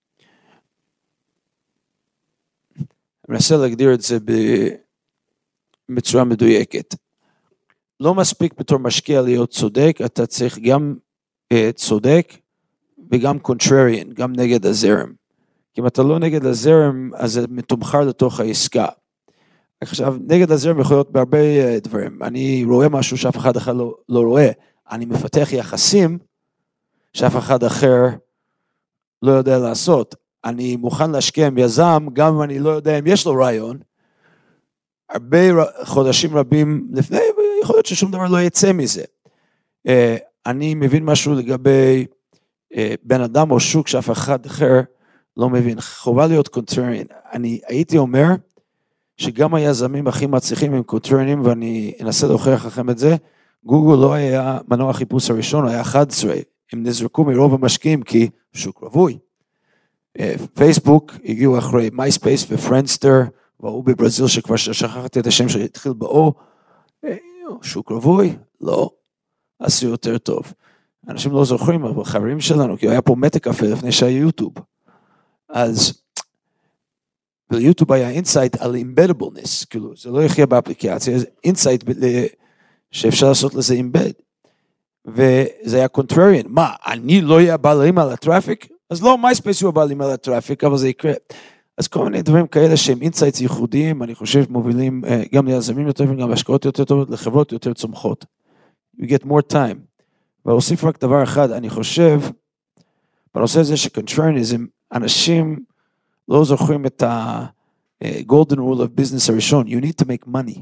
אני מנסה להגדיר את זה בצורה מדויקת. לא מספיק בתור משקיע להיות צודק, אתה צריך גם צודק וגם contrarian, גם נגד הזרם. כי אם אתה לא נגד הזרם, אז זה מתומחר לתוך העסקה. עכשיו, נגד הזרם יכול להיות בהרבה דברים. אני רואה משהו שאף אחד אחר לא רואה. אני מפתח יחסים שאף אחד אחר לא יודע לעשות. אני מוכן להשקיע עם יזם, גם אם אני לא יודע אם יש לו רעיון, הרבה חודשים רבים לפני, ויכול להיות ששום דבר לא יצא מזה. אני מבין משהו לגבי בן אדם או שוק שאף אחד אחר לא מבין. חובה להיות קונטרנין. אני הייתי אומר שגם היזמים הכי מצליחים הם קונטרנים, ואני אנסה להוכיח לכם את זה. גוגל לא היה מנוע החיפוש הראשון, היה 11, הם נזרקו מרוב המשקיעים כי שוק רווי. פייסבוק הגיעו אחרי מייספייס ופרנסטר, והוא בברזיל שכבר שכחתי את השם שהתחיל באו, שוק רווי, לא, עשו יותר טוב. אנשים לא זוכרים, אבל חברים שלנו, כי היה פה מטה קפה לפני שהיה יוטיוב. אז ביוטיוב היה אינסייט על אימבדבלנס, כאילו זה לא יחיה באפליקציה, זה אינסייט שאפשר לעשות לזה אימבד. וזה היה קונטרריאן, מה, אני לא אהיה בעלים על הטראפיק? אז לא, מייספייס הוא הבעלים על הטראפיק, אבל זה יקרה. אז כל מיני דברים כאלה שהם אינסייטס ייחודיים, אני חושב מובילים גם ליזמים יותר וגם להשקעות יותר טובות, לחברות יותר צומחות. You get more time. ואוסיף רק דבר אחד, אני חושב, בנושא הזה שקונטרריאניזם, אנשים לא זוכרים את ה-golden rule of business הראשון, you need to make money.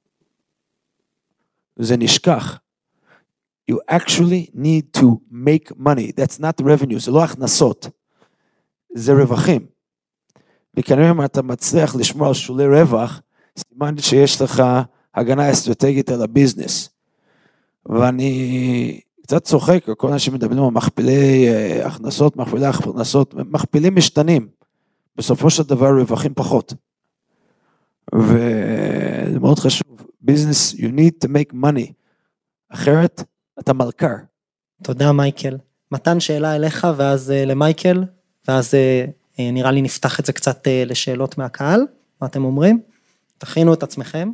וזה נשכח. You actually need to make money. That's not revenue, זה לא הכנסות. זה רווחים. וכנראה אם אתה מצליח לשמור על שולי רווח, סימן שיש לך הגנה אסטרטגית על הביזנס. ואני קצת צוחק, כל אנשים מדברים על מכפילי הכנסות, מכפילי הכנסות, מכפילים משתנים. בסופו של דבר רווחים פחות. וזה מאוד חשוב. business, you need to make money. אחרת, אתה מלכר. תודה מייקל. מתן שאלה אליך ואז למייקל, ואז נראה לי נפתח את זה קצת לשאלות מהקהל, מה אתם אומרים? תכינו את עצמכם.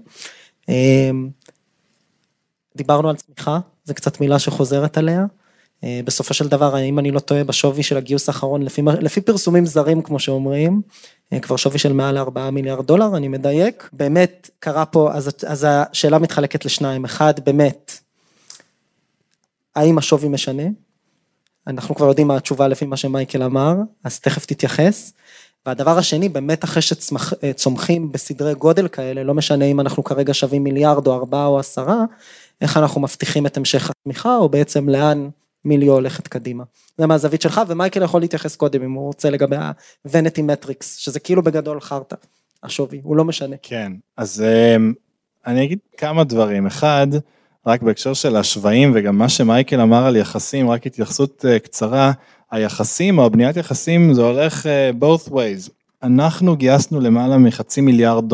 דיברנו על צמיחה, זה קצת מילה שחוזרת עליה. בסופו של דבר, אם אני לא טועה בשווי של הגיוס האחרון, לפי פרסומים זרים כמו שאומרים, כבר שווי של מעל 4 מיליארד דולר, אני מדייק. באמת קרה פה, אז השאלה מתחלקת לשניים. אחד, באמת, האם השווי משנה? אנחנו כבר יודעים מה התשובה לפי מה שמייקל אמר, אז תכף תתייחס. והדבר השני, באמת אחרי שצומחים בסדרי גודל כאלה, לא משנה אם אנחנו כרגע שווים מיליארד או 4 או 10, איך אנחנו מבטיחים את המשך התמיכה, או בעצם לאן מיליו הולכת קדימה. זה מהזווית שלך, ומייקל יכול להתייחס קודם, אם הוא רוצה לגבי ה-Vanity Metrics, שזה כאילו בגדול חרטה, השווי, הוא לא משנה. כן, אז אני אגיד כמה דברים. אחד, רק בהקשר של השוואים, וגם מה שמייקל אמר על יחסים, רק התייחסות קצרה, היחסים או הבניית יחסים, זה הולך both ways. אנחנו גייסנו למעלה $500 מיליארד,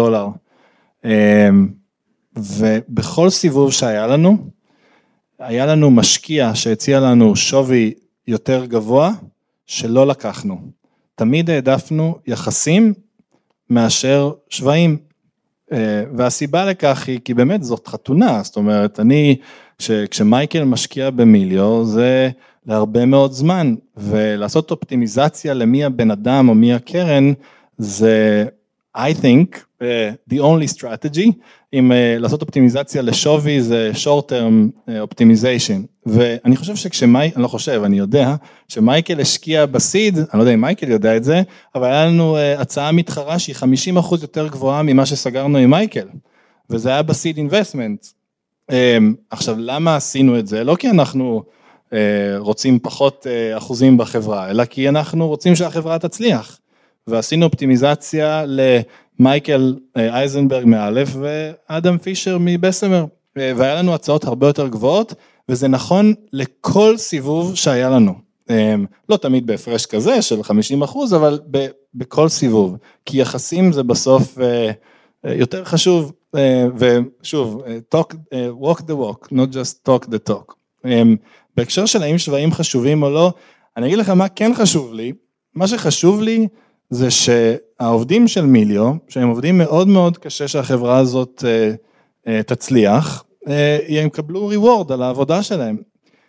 ובכל סיבוב שהיה לנו, היה לנו משקיע שהציע לנו שווי יותר גבוה, שלא לקחנו. תמיד העדפנו יחסים מאשר שוואים, והסיבה לכך היא, כי באמת זאת חתונה, זאת אומרת, כשמייקל משקיע במיליו, זה להרבה מאוד זמן, ולעשות אופטימיזציה למי הבן אדם או מי הקרן, זה, I think, the only strategy, אם לעשות אופטימיזציה לשווי, זה short term optimization, ואני חושב אני לא חושב, אני יודע, שמייקל השקיע בסיד, אני לא יודע אם מייקל יודע את זה, אבל היה לנו הצעה מתחרה שהיא 50% יותר גבוהה ממה שסגרנו עם מייקל, וזה היה בסיד investment. עכשיו, למה עשינו את זה? לא כי אנחנו רוצים פחות אחוזים בחברה, אלא כי אנחנו רוצים שהחברה תצליח, ועשינו אופטימיזציה למייקל אייזנברג מאלף, ואדם פישר מבסמר, והיה לנו הצעות הרבה יותר גבוהות, וזה נכון לכל סיבוב שהיה לנו, לא תמיד בהפרש כזה של 50%, אבל בכל סיבוב, כי יחסים זה בסוף יותר חשוב, ושוב, walk the walk, not just talk the talk. בהקשר של האם שוואים חשובים או לא, אני אגיד לך מה כן חשוב לי, מה שחשוב לי זה שהעובדים של מיליו, שהם עובדים מאוד מאוד קשה שהחברה הזאת תצליח, הם יקבלו ריוורד על העבודה שלהם.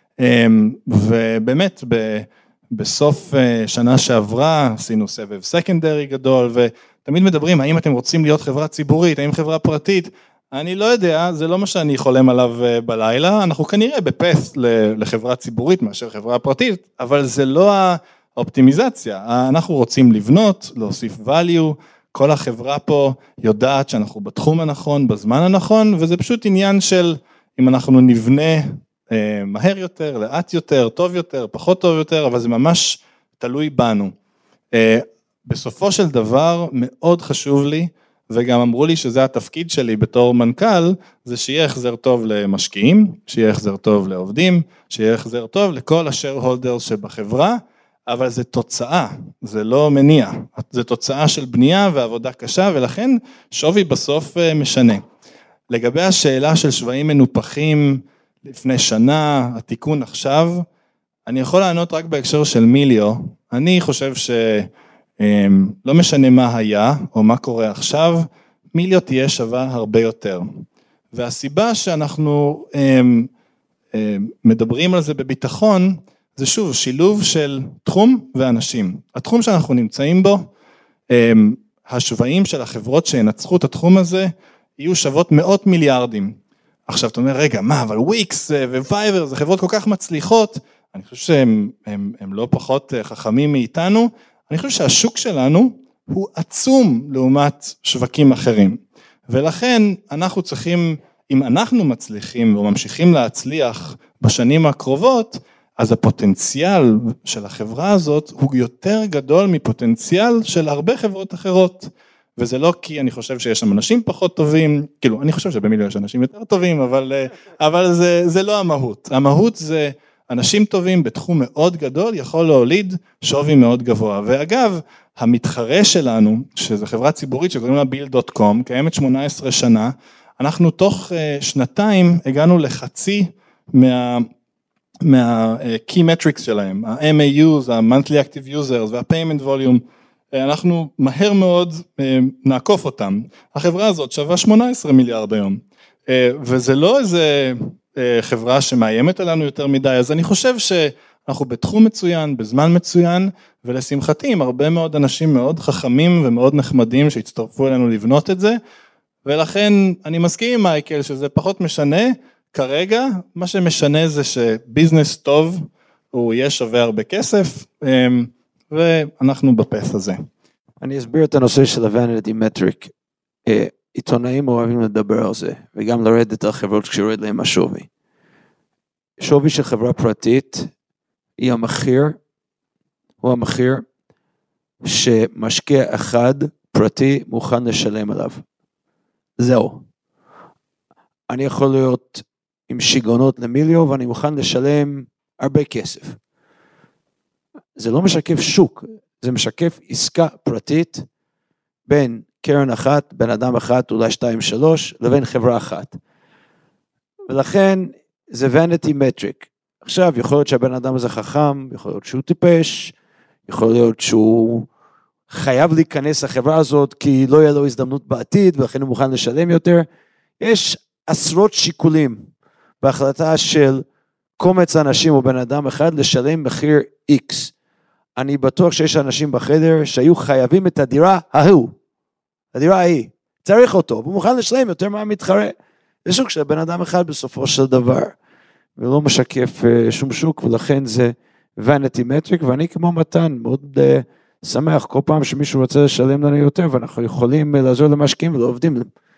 ובאמת, בסוף שנה שעברה, עשינו סבב סקנדרי גדול, ותמיד מדברים, האם אתם רוצים להיות חברה ציבורית, האם חברה פרטית, אני לא יודע, זה לא מה שאני חולם עליו בלילה, אנחנו כנראה בפס לחברה ציבורית מאשר חברה פרטית, אבל זה לא האופטימיזציה, אנחנו רוצים לבנות, להוסיף value, כל החברה פה יודעת שאנחנו בתחום הנכון, בזמן הנכון, וזה פשוט עניין של אם אנחנו נבנה מהר יותר, לאט יותר, טוב יותר, פחות טוב יותר, אבל זה ממש תלוי בנו. בסופו של דבר מאוד חשוב לי, וגם אמרו לי שזה התפקיד שלי בתור מנכ"ל, זה שיהיה החזר טוב למשקיעים, שיהיה החזר טוב לעובדים, שיהיה החזר טוב לכל השאר-הולדרס שבחברה, אבל זה תוצאה, זה לא מניע, זה תוצאה של בנייה ועבודה קשה, ולכן שווי בסוף משנה. לגבי השאלה של שוואים מנופחים לפני שנה, התיקון עכשיו, אני יכול לענות רק בהקשר של מיליו, אני חושב שלא משנה מה היה או מה קורה עכשיו, מיליו תהיה שווה הרבה יותר. והסיבה שאנחנו מדברים על זה בביטחון, זה שוב שילוב של תחום ואנשים. התחום שאנחנו נמצאים בו, השוואים של החברות שינצחו את התחום הזה, יהיו שוות מאות מיליארדים. עכשיו אתה אומר, רגע, מה, אבל וויקס ווייבר, זה חברות כל כך מצליחות, אני חושב שהם לא פחות חכמים מאיתנו, אני חושב שהשוק שלנו הוא עצום לעומת שווקים אחרים. ולכן אנחנו צריכים, אם אנחנו מצליחים וממשיכים להצליח בשנים הקרובות, אז הפוטנציאל של החברה הזאת הוא יותר גדול מפוטנציאל של הרבה חברות אחרות. וזה לא כי אני חושב שיש שם אנשים פחות טובים, כאילו אני חושב שבמיליו יש אנשים יותר טובים, אבל זה לא המהות. המהות זה אנשים טובים בתחום מאוד גדול, יכול להוליד שווי מאוד גבוה. ואגב, המתחרה שלנו, שזו חברה ציבורית שקוראים לה Bill.com, קיימת 18 שנה, אנחנו תוך שנתיים הגענו לחצי מה-key metrics שלהם, ה-MAUs, ה-monthly active users וה-payment volume, אנחנו מהר מאוד נעקוף אותם. החברה הזאת שווה 18 מיליארד היום, וזה לא איזה חברה שמאיימת עלינו יותר מדי, אז אני חושב שאנחנו בתחום מצוין, בזמן מצוין, ולשמחתי עם הרבה מאוד אנשים מאוד חכמים ומאוד נחמדים שהצטרפו אלינו לבנות את זה, ולכן אני מסכים עם מייקל שזה פחות משנה, כרגע מה שמשנה זה שביזנס טוב הוא יהיה שווה הרבה כסף, ואנחנו בפס הזה. אני אסביר את הנושא של ה-Vanity Metric. עיתונאים אוהבים לדבר על זה, וגם לרדת על חברות כשיורד להם השווי. שווי של חברה פרטית הוא המחיר שמשקיע אחד פרטי מוכן לשלם עליו. זהו. אני יכול להיות עם שיגעונות למיליו, ואני מוכן לשלם הרבה כסף. זה לא משקף שוק, זה משקף עסקה פרטית, בין קרן אחת, בין אדם אחת, אולי 2-3, לבין חברה אחת. ולכן זה vanity metric. עכשיו יכול להיות שהבן אדם הזה חכם, יכול להיות שהוא טיפש, יכול להיות שהוא חייב להיכנס לחברה הזאת, כי לא יהיה לו הזדמנות בעתיד, ולכן הוא מוכן לשלם יותר. יש עשרות שיקולים בהחלטה של קומץ אנשים או בן אדם אחד לשלם מחיר X. אני בטוח שיש אנשים בחדר שהיו חייבים את הדירה ההוא, הדירה ההיא, צריך אותו, הוא מוכן לשלם יותר מהמתחרה. זה שוק של בן אדם אחד בסופו של דבר, ולא משקף שום שוק, ולכן זה vanity metric, ואני כמו מתן, מאוד שמח כל פעם שמישהו רוצה לשלם לנו יותר, ואנחנו יכולים לעזור למשקיעים ולא עובדים,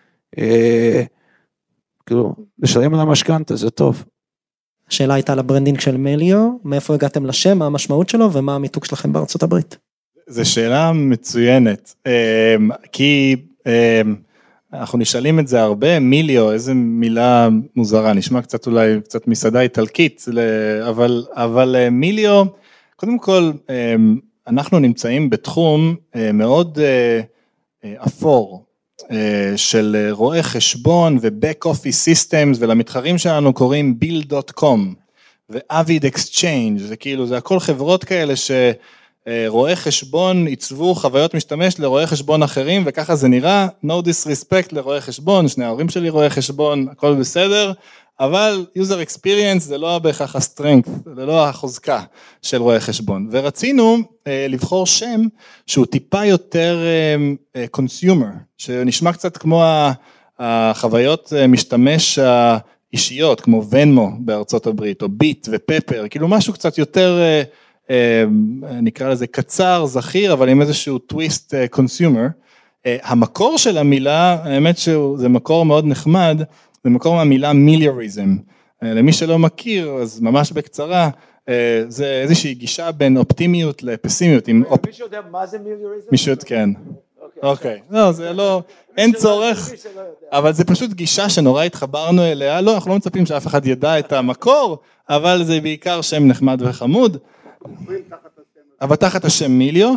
כאילו, לשלם על המשכנתא, זה טוב. השאלה הייתה על הברנדינג של מליו, מאיפה הגעתם לשם, מה המשמעות שלו, ומה המיתוג שלכם בארצות הברית? זו שאלה מצוינת, כי אנחנו נשאלים את זה הרבה, מיליו, איזה מילה מוזרה, נשמע קצת אולי, קצת מסעדה איטלקית, אבל מיליו, קודם כל, אנחנו נמצאים בתחום מאוד אפור, של רואי חשבון ו-back office systems, ולמתחרים שלנו קוראים build.com ו-avid exchange, זה כאילו, זה הכל חברות כאלה שרואי חשבון ייצבו חוויות משתמש לרואי חשבון אחרים, וככה זה נראה, no disrespect לרואי חשבון, שני ההורים שלי רואי חשבון, הכל בסדר, אבל user experience זה לא בהכרח ה-strength, זה לא החוזקה של רואי חשבון, ורצינו לבחור שם שהוא טיפה יותר consumer, שנשמע קצת כמו החוויות משתמש האישיות, כמו ונמו בארצות הברית, או ביט ופפר, כאילו משהו קצת יותר, נקרא לזה קצר, זכיר, אבל עם איזשהו טוויסט consumer. המקור של המילה, האמת שזה מקור מאוד נחמד, זה מקור מהמילה מיליוריזם. למי שלא מכיר, אז ממש בקצרה, זה איזושהי גישה בין אופטימיות לפסימיות. מישהו יודע מה זה מיליוריזם? מישהו יודע, כן. אוקיי. לא, זה לא, אין צורך, אבל זה פשוט גישה שנורא התחברנו אליה. לא, אנחנו לא מצפים שאף אחד ידע את המקור, אבל זה בעיקר שם נחמד וחמוד. אבל תחת השם מיליו.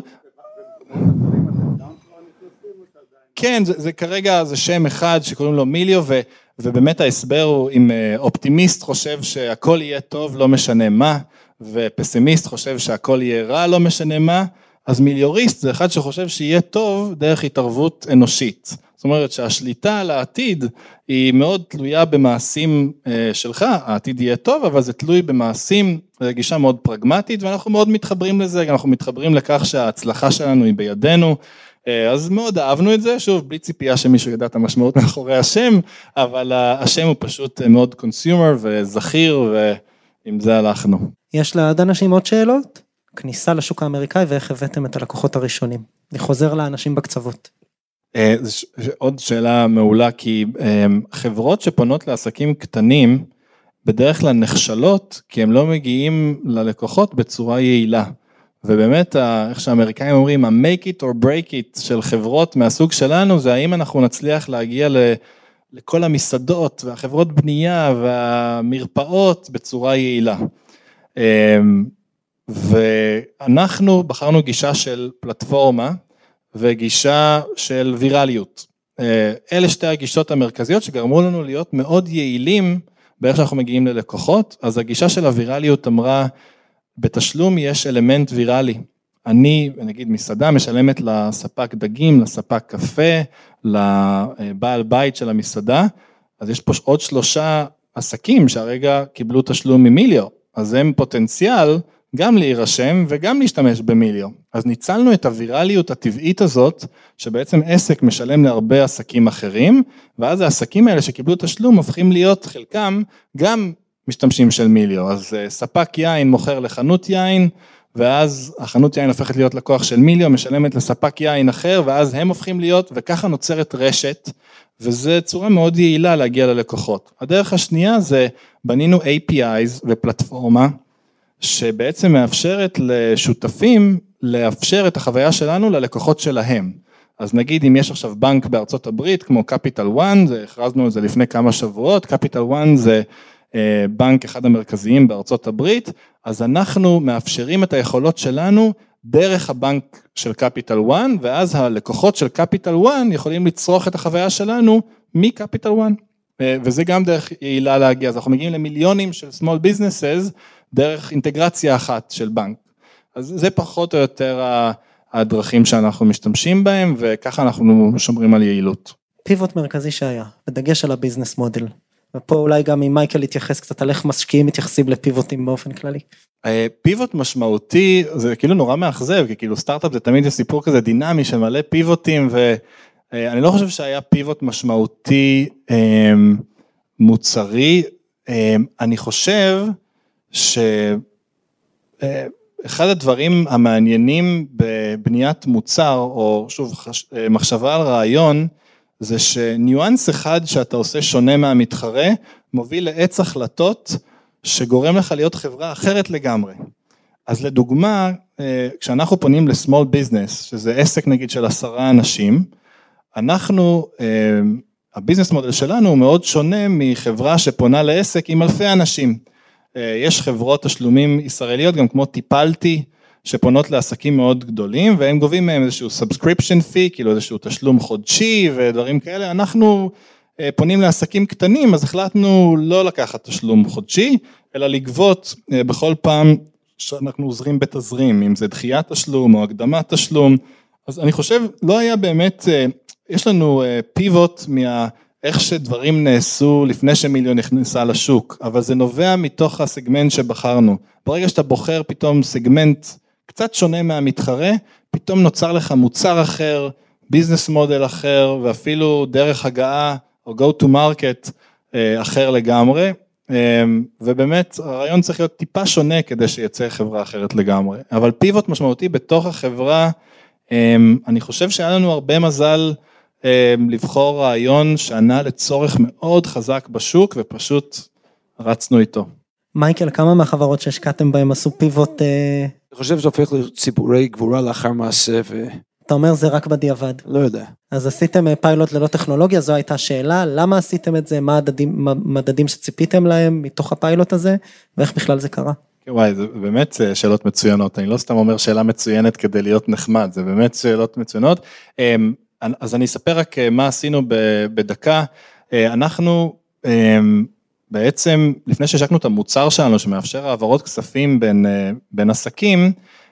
כן, זה כרגע, זה שם אחד שקוראים לו מיליו, ובאמת ההסבר הוא, אם אופטימיסט חושב שהכל יהיה טוב, לא משנה מה, ופסימיסט חושב שהכל יהיה רע, לא משנה מה, אז מיליוריסט זה אחד שחושב שיהיה טוב דרך התערבות אנושית. זאת אומרת שהשליטה על העתיד היא מאוד תלויה במעשים שלך, העתיד יהיה טוב, אבל זה תלוי במעשים, זו גישה מאוד פרגמטית, ואנחנו מאוד מתחברים לזה, אנחנו מתחברים לכך שההצלחה שלנו היא בידינו, אז מאוד אהבנו את זה, שוב, בלי ציפייה שמישהו ידע את המשמעות מאחורי השם, אבל השם הוא פשוט מאוד קונסיומר וזכיר, ועם זה הלכנו. יש לעד אנשים עוד שאלות? כניסה לשוק האמריקאי ואיך הבאתם את הלקוחות הראשונים. אני חוזר לאנשים בקצוות. עוד שאלה מעולה, כי חברות שפונות לעסקים קטנים, בדרך כלל נכשלות, כי הם לא מגיעים ללקוחות בצורה יעילה. ובאמת, איך שהאמריקאים אומרים, ה-make it or break it של חברות מהסוג שלנו, זה האם אנחנו נצליח להגיע לכל המסעדות והחברות בנייה והמרפאות בצורה יעילה. ואנחנו בחרנו גישה של פלטפורמה וגישה של וירליות. אלה שתי הגישות המרכזיות שגרמו לנו להיות מאוד יעילים באיך שאנחנו מגיעים ללקוחות. אז הגישה של הווירליות אמרה, בתשלום יש אלמנט ויראלי. אני, נגיד מסעדה, משלמת לספק דגים, לספק קפה, לבעל בית של המסעדה, אז יש פה עוד 3 עסקים שהרגע קיבלו תשלום ממיליו, אז הם פוטנציאל גם להירשם וגם להשתמש במיליו. אז ניצלנו את הווירליות הטבעית הזאת, שבעצם עסק משלם להרבה עסקים אחרים, ואז העסקים האלה שקיבלו תשלום הופכים להיות חלקם גם משתמשים של מיליו. אז ספק יין מוכר לחנות יין, ואז החנות יין הופכת להיות לקוח של מיליו, משלמת לספק יין אחר, ואז הם הופכים להיות, וככה נוצרת רשת, וזה צורה מאוד יעילה להגיע ללקוחות. הדרך השנייה זה, בנינו APIs ופלטפורמה, שבעצם מאפשרת לשותפים, לאפשר את החוויה שלנו ללקוחות שלהם. אז נגיד אם יש עכשיו בנק בארצות הברית, כמו קפיטל וואן, הכרזנו את זה לפני כמה שבועות, קפיטל וואן זה בנק אחד המרכזיים בארצות הברית, אז אנחנו מאפשרים את היכולות שלנו דרך הבנק של קפיטל וואן, ואז הלקוחות של קפיטל וואן יכולים לצרוך את החוויה שלנו מקפיטל וואן, וזה גם דרך יעילה להגיע, אז אנחנו מגיעים למיליונים של small businesses, דרך אינטגרציה אחת של בנק, אז זה פחות או יותר הדרכים שאנחנו משתמשים בהם, וככה אנחנו שומרים על יעילות. פיבוט מרכזי שהיה, בדגש על הביזנס מודל. ופה אולי גם אם מייקל יתייחס קצת על איך משקיעים מתייחסים לפיבוטים באופן כללי. פיבוט משמעותי, זה כאילו נורא מאכזב, כי כאילו סטארט-אפ זה תמיד סיפור כזה דינמי שמלא פיבוטים, ואני לא חושב שהיה פיבוט משמעותי מוצרי, אני חושב שאחד הדברים המעניינים בבניית מוצר, או שוב מחשבה על רעיון, זה שניואנס אחד שאתה עושה שונה מהמתחרה, מוביל לעץ החלטות שגורם לך להיות חברה אחרת לגמרי. אז לדוגמה, כשאנחנו פונים לסמול ביזנס, שזה עסק נגיד של 10 אנשים, אנחנו, הביזנס מודל שלנו הוא מאוד שונה מחברה שפונה לעסק עם אלפי אנשים. יש חברות תשלומים ישראליות, גם כמו טיפלתי, שפונות לעסקים מאוד גדולים, והם גובים מהם איזשהו subscription fee, כאילו איזשהו תשלום חודשי ודברים כאלה, אנחנו פונים לעסקים קטנים, אז החלטנו לא לקחת תשלום חודשי, אלא לגבות בכל פעם שאנחנו עוזרים בתזרים, אם זה דחיית תשלום או הקדמת תשלום, אז אני חושב, לא היה באמת, יש לנו פיבוט איך שדברים נעשו לפני שמיליון נכנסה לשוק, אבל זה נובע מתוך הסגמנט שבחרנו. ברגע שאתה בוחר פתאום סגמנט קצת שונה מהמתחרה, פתאום נוצר לך מוצר אחר, ביזנס מודל אחר, ואפילו דרך הגעה או go to market אחר לגמרי, ובאמת הרעיון צריך להיות טיפה שונה כדי שיצא חברה אחרת לגמרי. אבל פיבוט משמעותי בתוך החברה, אני חושב שהיה לנו הרבה מזל לבחור רעיון שענה לצורך מאוד חזק בשוק, ופשוט רצנו איתו. מייקל, כמה מהחברות שהשקעתם בהם עשו פיבוט? אני חושב שזה הופך לציבורי גבורה לאחר מעשה אתה אומר זה רק בדיעבד. לא יודע. אז עשיתם פיילוט ללא טכנולוגיה, זו הייתה שאלה, למה עשיתם את זה, מה המדדים שציפיתם להם מתוך הפיילוט הזה, ואיך בכלל זה קרה? וואי, זה באמת שאלות מצוינות, אני לא סתם אומר שאלה מצוינת כדי להיות נחמד, זה באמת שאלות מצוינות, אז אני אספר רק מה עשינו בדקה, אנחנו בעצם, לפני שהשקנו את המוצר שלנו, שמאפשר העברות כספים בין עסקים,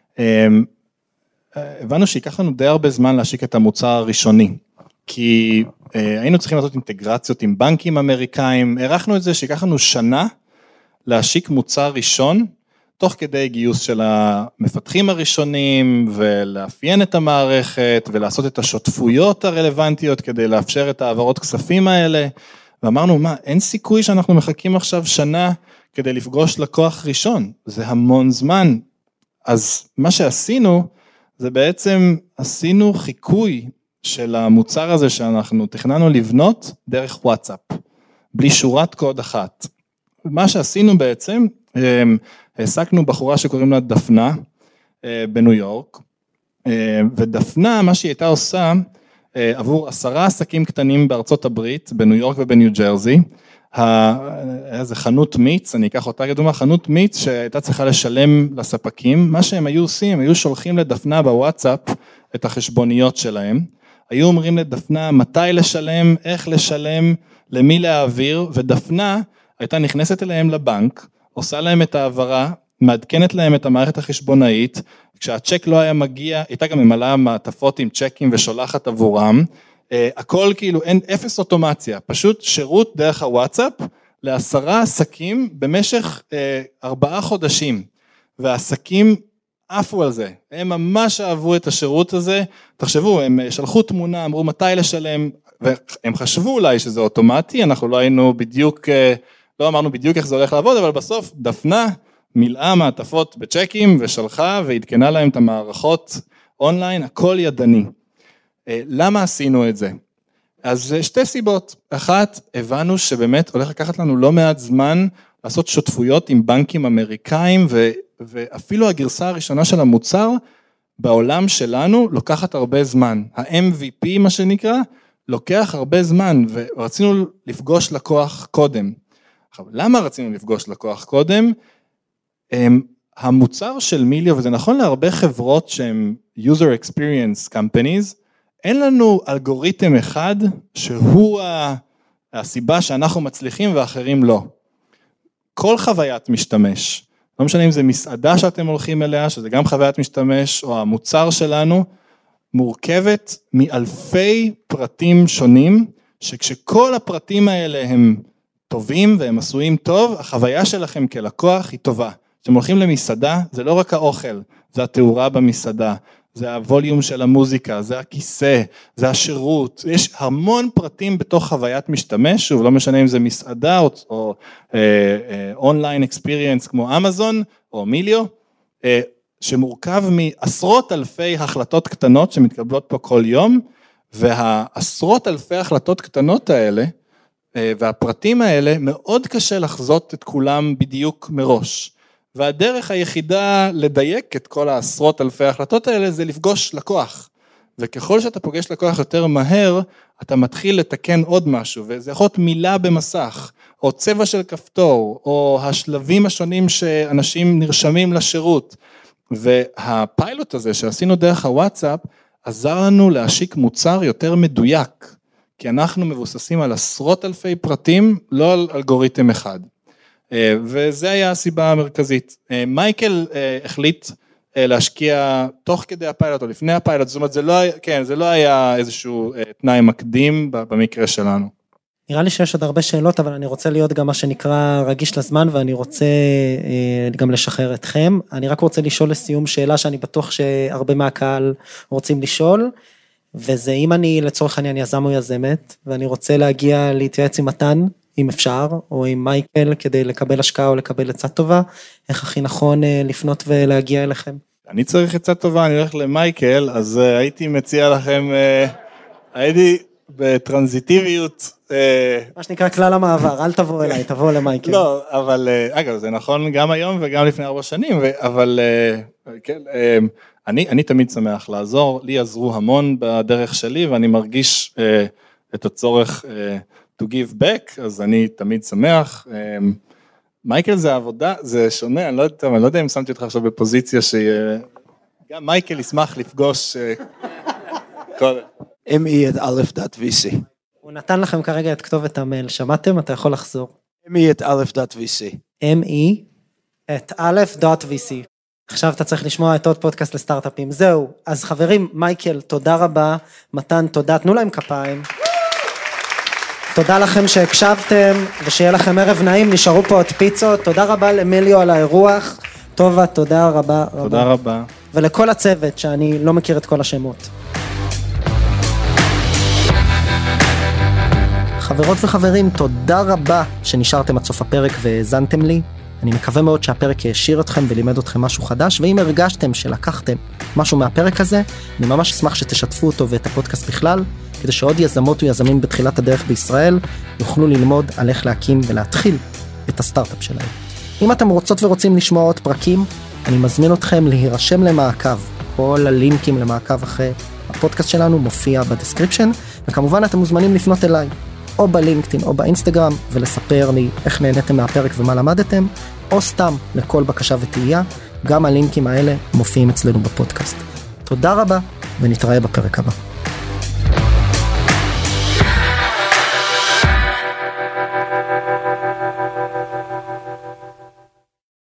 הבנו שיקח לנו די הרבה זמן להשיק את המוצר הראשוני, כי היינו צריכים לעשות אינטגרציות עם בנקים אמריקאים, הערכנו את זה שיקח לנו שנה להשיק מוצר ראשון, תוך כדי גיוס של המפתחים הראשונים, ולאפיין את המערכת, ולעשות את השותפויות הרלוונטיות, כדי לאפשר את העברות כספים האלה, ואמרנו, מה, אין סיכוי שאנחנו מחכים עכשיו שנה, כדי לפגוש לקוח ראשון, זה המון זמן, אז מה שעשינו, זה בעצם עשינו חיקוי של המוצר הזה שאנחנו תכננו לבנות דרך וואטסאפ, בלי שורת קוד אחת. מה שעשינו בעצם, העסקנו בחורה שקוראים לה דפנה בניו יורק, ודפנה, מה שהיא הייתה עושה, עבור 10 עסקים קטנים בארצות הברית, בניו יורק ובניו ג'רזי, איזה חנות מיץ, אני אקח אותה כדוגמה, חנות מיץ שהייתה צריכה לשלם לספקים, מה שהם היו עושים, הם היו שולחים לדפנה בוואטסאפ את החשבוניות שלהם, היו אומרים לדפנה מתי לשלם, איך לשלם, למי להעביר, ודפנה הייתה נכנסת אליהם לבנק, עושה להם את העברה, מעדכנת להם את המערכת החשבונאית, כשהצ'ק לא היה מגיע, הייתה גם ממלאה מעטפות עם צ'קים ושולחת עבורם, הכל כאילו אין אפס אוטומציה, פשוט שירות דרך הוואטסאפ, ל10 עסקים במשך 4 חודשים, והעסקים עפו על זה, הם ממש אהבו את השירות הזה, תחשבו, הם שלחו תמונה, אמרו מתי לשלם, והם חשבו אולי שזה אוטומטי, אנחנו לא היינו בדיוק, לא אמרנו בדיוק איך זה הולך לעבוד, אבל בסוף דפנה מילאה מעטפות בצ'קים ושלחה ועדכנה להם את המערכות אונליין, הכל ידני. למה עשינו את זה? אז 2 סיבות, אחת, הבנו שבאמת הולך לקחת לנו לא מעט זמן לעשות שותפויות עם בנקים אמריקאים, ואפילו הגרסה הראשונה של המוצר בעולם שלנו לוקחת הרבה זמן, ה-MVP מה שנקרא, לוקח הרבה זמן, ורצינו לפגוש לקוח קודם. עכשיו, למה רצינו לפגוש לקוח קודם? המוצר של מיליו, וזה נכון להרבה חברות שהן user experience companies, אין לנו אלגוריתם אחד שהוא הסיבה שאנחנו מצליחים ואחרים לא. כל חוויית משתמש, לא משנה אם זה מסעדה שאתם הולכים אליה, שזה גם חוויית משתמש, או המוצר שלנו, מורכבת מאלפי פרטים שונים, שכשכל הפרטים האלה הם טובים והם עשויים טוב, החוויה שלכם כלקוח היא טובה. כשאתם הולכים למסעדה, זה לא רק האוכל, זה התאורה במסעדה, זה הווליום של המוזיקה, זה הכיסא, זה השירות, יש המון פרטים בתוך חוויית משתמש, שוב, לא משנה אם זה מסעדה או אונליין אקספיריאנס כמו אמזון או מיליו, שמורכב מעשרות אלפי החלטות קטנות שמתקבלות פה כל יום, והעשרות אלפי החלטות קטנות האלה, והפרטים האלה, מאוד קשה לחזות את כולם בדיוק מראש. והדרך היחידה לדייק את כל העשרות אלפי ההחלטות האלה, זה לפגוש לקוח. וככל שאתה פוגש לקוח יותר מהר, אתה מתחיל לתקן עוד משהו, וזה יכול להיות מילה במסך, או צבע של כפתור, או השלבים השונים שאנשים נרשמים לשירות. והפיילוט הזה שעשינו דרך הוואטסאפ, עזר לנו להשיק מוצר יותר מדויק, כי אנחנו מבוססים על עשרות אלפי פרטים, לא על אלגוריתם אחד. וזה היה הסיבה המרכזית. מייקל החליט להשקיע תוך כדי הפיילוט או לפני הפיילוט, זאת אומרת, זה לא היה איזשהו תנאי מקדים במקרה שלנו. נראה לי שיש עוד הרבה שאלות, אבל אני רוצה להיות גם מה שנקרא רגיש לזמן, ואני רוצה גם לשחרר אתכם. אני רק רוצה לשאול לסיום שאלה שאני בטוח שהרבה מהקהל רוצים לשאול, וזה אם אני לצורך העניין יזם או יזמת, ואני רוצה להגיע להתייעץ עם מתן, אם אפשר, או עם מייקל, כדי לקבל השקעה או לקבל עצה טובה, איך הכי נכון לפנות ולהגיע אליכם? אני צריך עצה טובה, אני הולך למייקל, אז הייתי מציע לכם, הייתי בטרנזיטיביות. מה שנקרא כלל המעבר, אל תבוא אליי, תבוא למייקל. לא, אבל אגב, זה נכון גם היום וגם לפני 4 שנים, אבל כן, אני תמיד שמח לעזור, לי עזרו המון בדרך שלי, ואני מרגיש את הצורך to give back, אז אני תמיד שמח. מייקל זה עבודה, זה שונה, אני לא יודע אם שמתי אותך עכשיו בפוזיציה שגם מייקל ישמח לפגוש קודם. me@aleph.vc. הוא נתן לכם כרגע את כתובת המייל, שמעתם? אתה יכול לחזור. me@aleph.vc. me@aleph.vc. עכשיו אתה צריך לשמוע את עוד פודקאסט לסטארט-אפים. זהו, אז חברים, מייקל, תודה רבה, מתן, תודה, תנו להם כפיים. תודה לכם שהקשבתם, ושיהיה לכם ערב נעים, נשארו פה עוד פיצות, תודה רבה למיליו על האירוח, טובה, תודה רבה. תודה רבה. ולכל הצוות, שאני לא מכיר את כל השמות. חברות וחברים, תודה רבה שנשארתם עד סוף הפרק והאזנתם לי. אני מקווה מאוד שהפרק ישיר אתכם ולימד אתכם משהו חדש, ואם הרגשתם שלקחתם משהו מהפרק הזה, אני ממש אשמח שתשתפו אותו ואת הפודקאסט בכלל, כדי שעוד יזמות ויזמים בתחילת הדרך בישראל יוכלו ללמוד על איך להקים ולהתחיל את הסטארט-אפ שלהם. אם אתם רוצות ורוצים לשמוע עוד פרקים, אני מזמין אתכם להירשם למעקב. כל הלינקים למעקב אחרי הפודקאסט שלנו מופיע בדסקריפשן, וכמובן אתם מוזמנים לפנות אליי, או בלינקדאין או באינסטגרם, ולספר לי איך נהניתם מהפרק ומה למדתם, או סתם לכל בקשה ותהייה, גם הלינקים האלה מופיעים אצלנו בפודקאסט. תודה רבה, ונתראה בפרק הבא.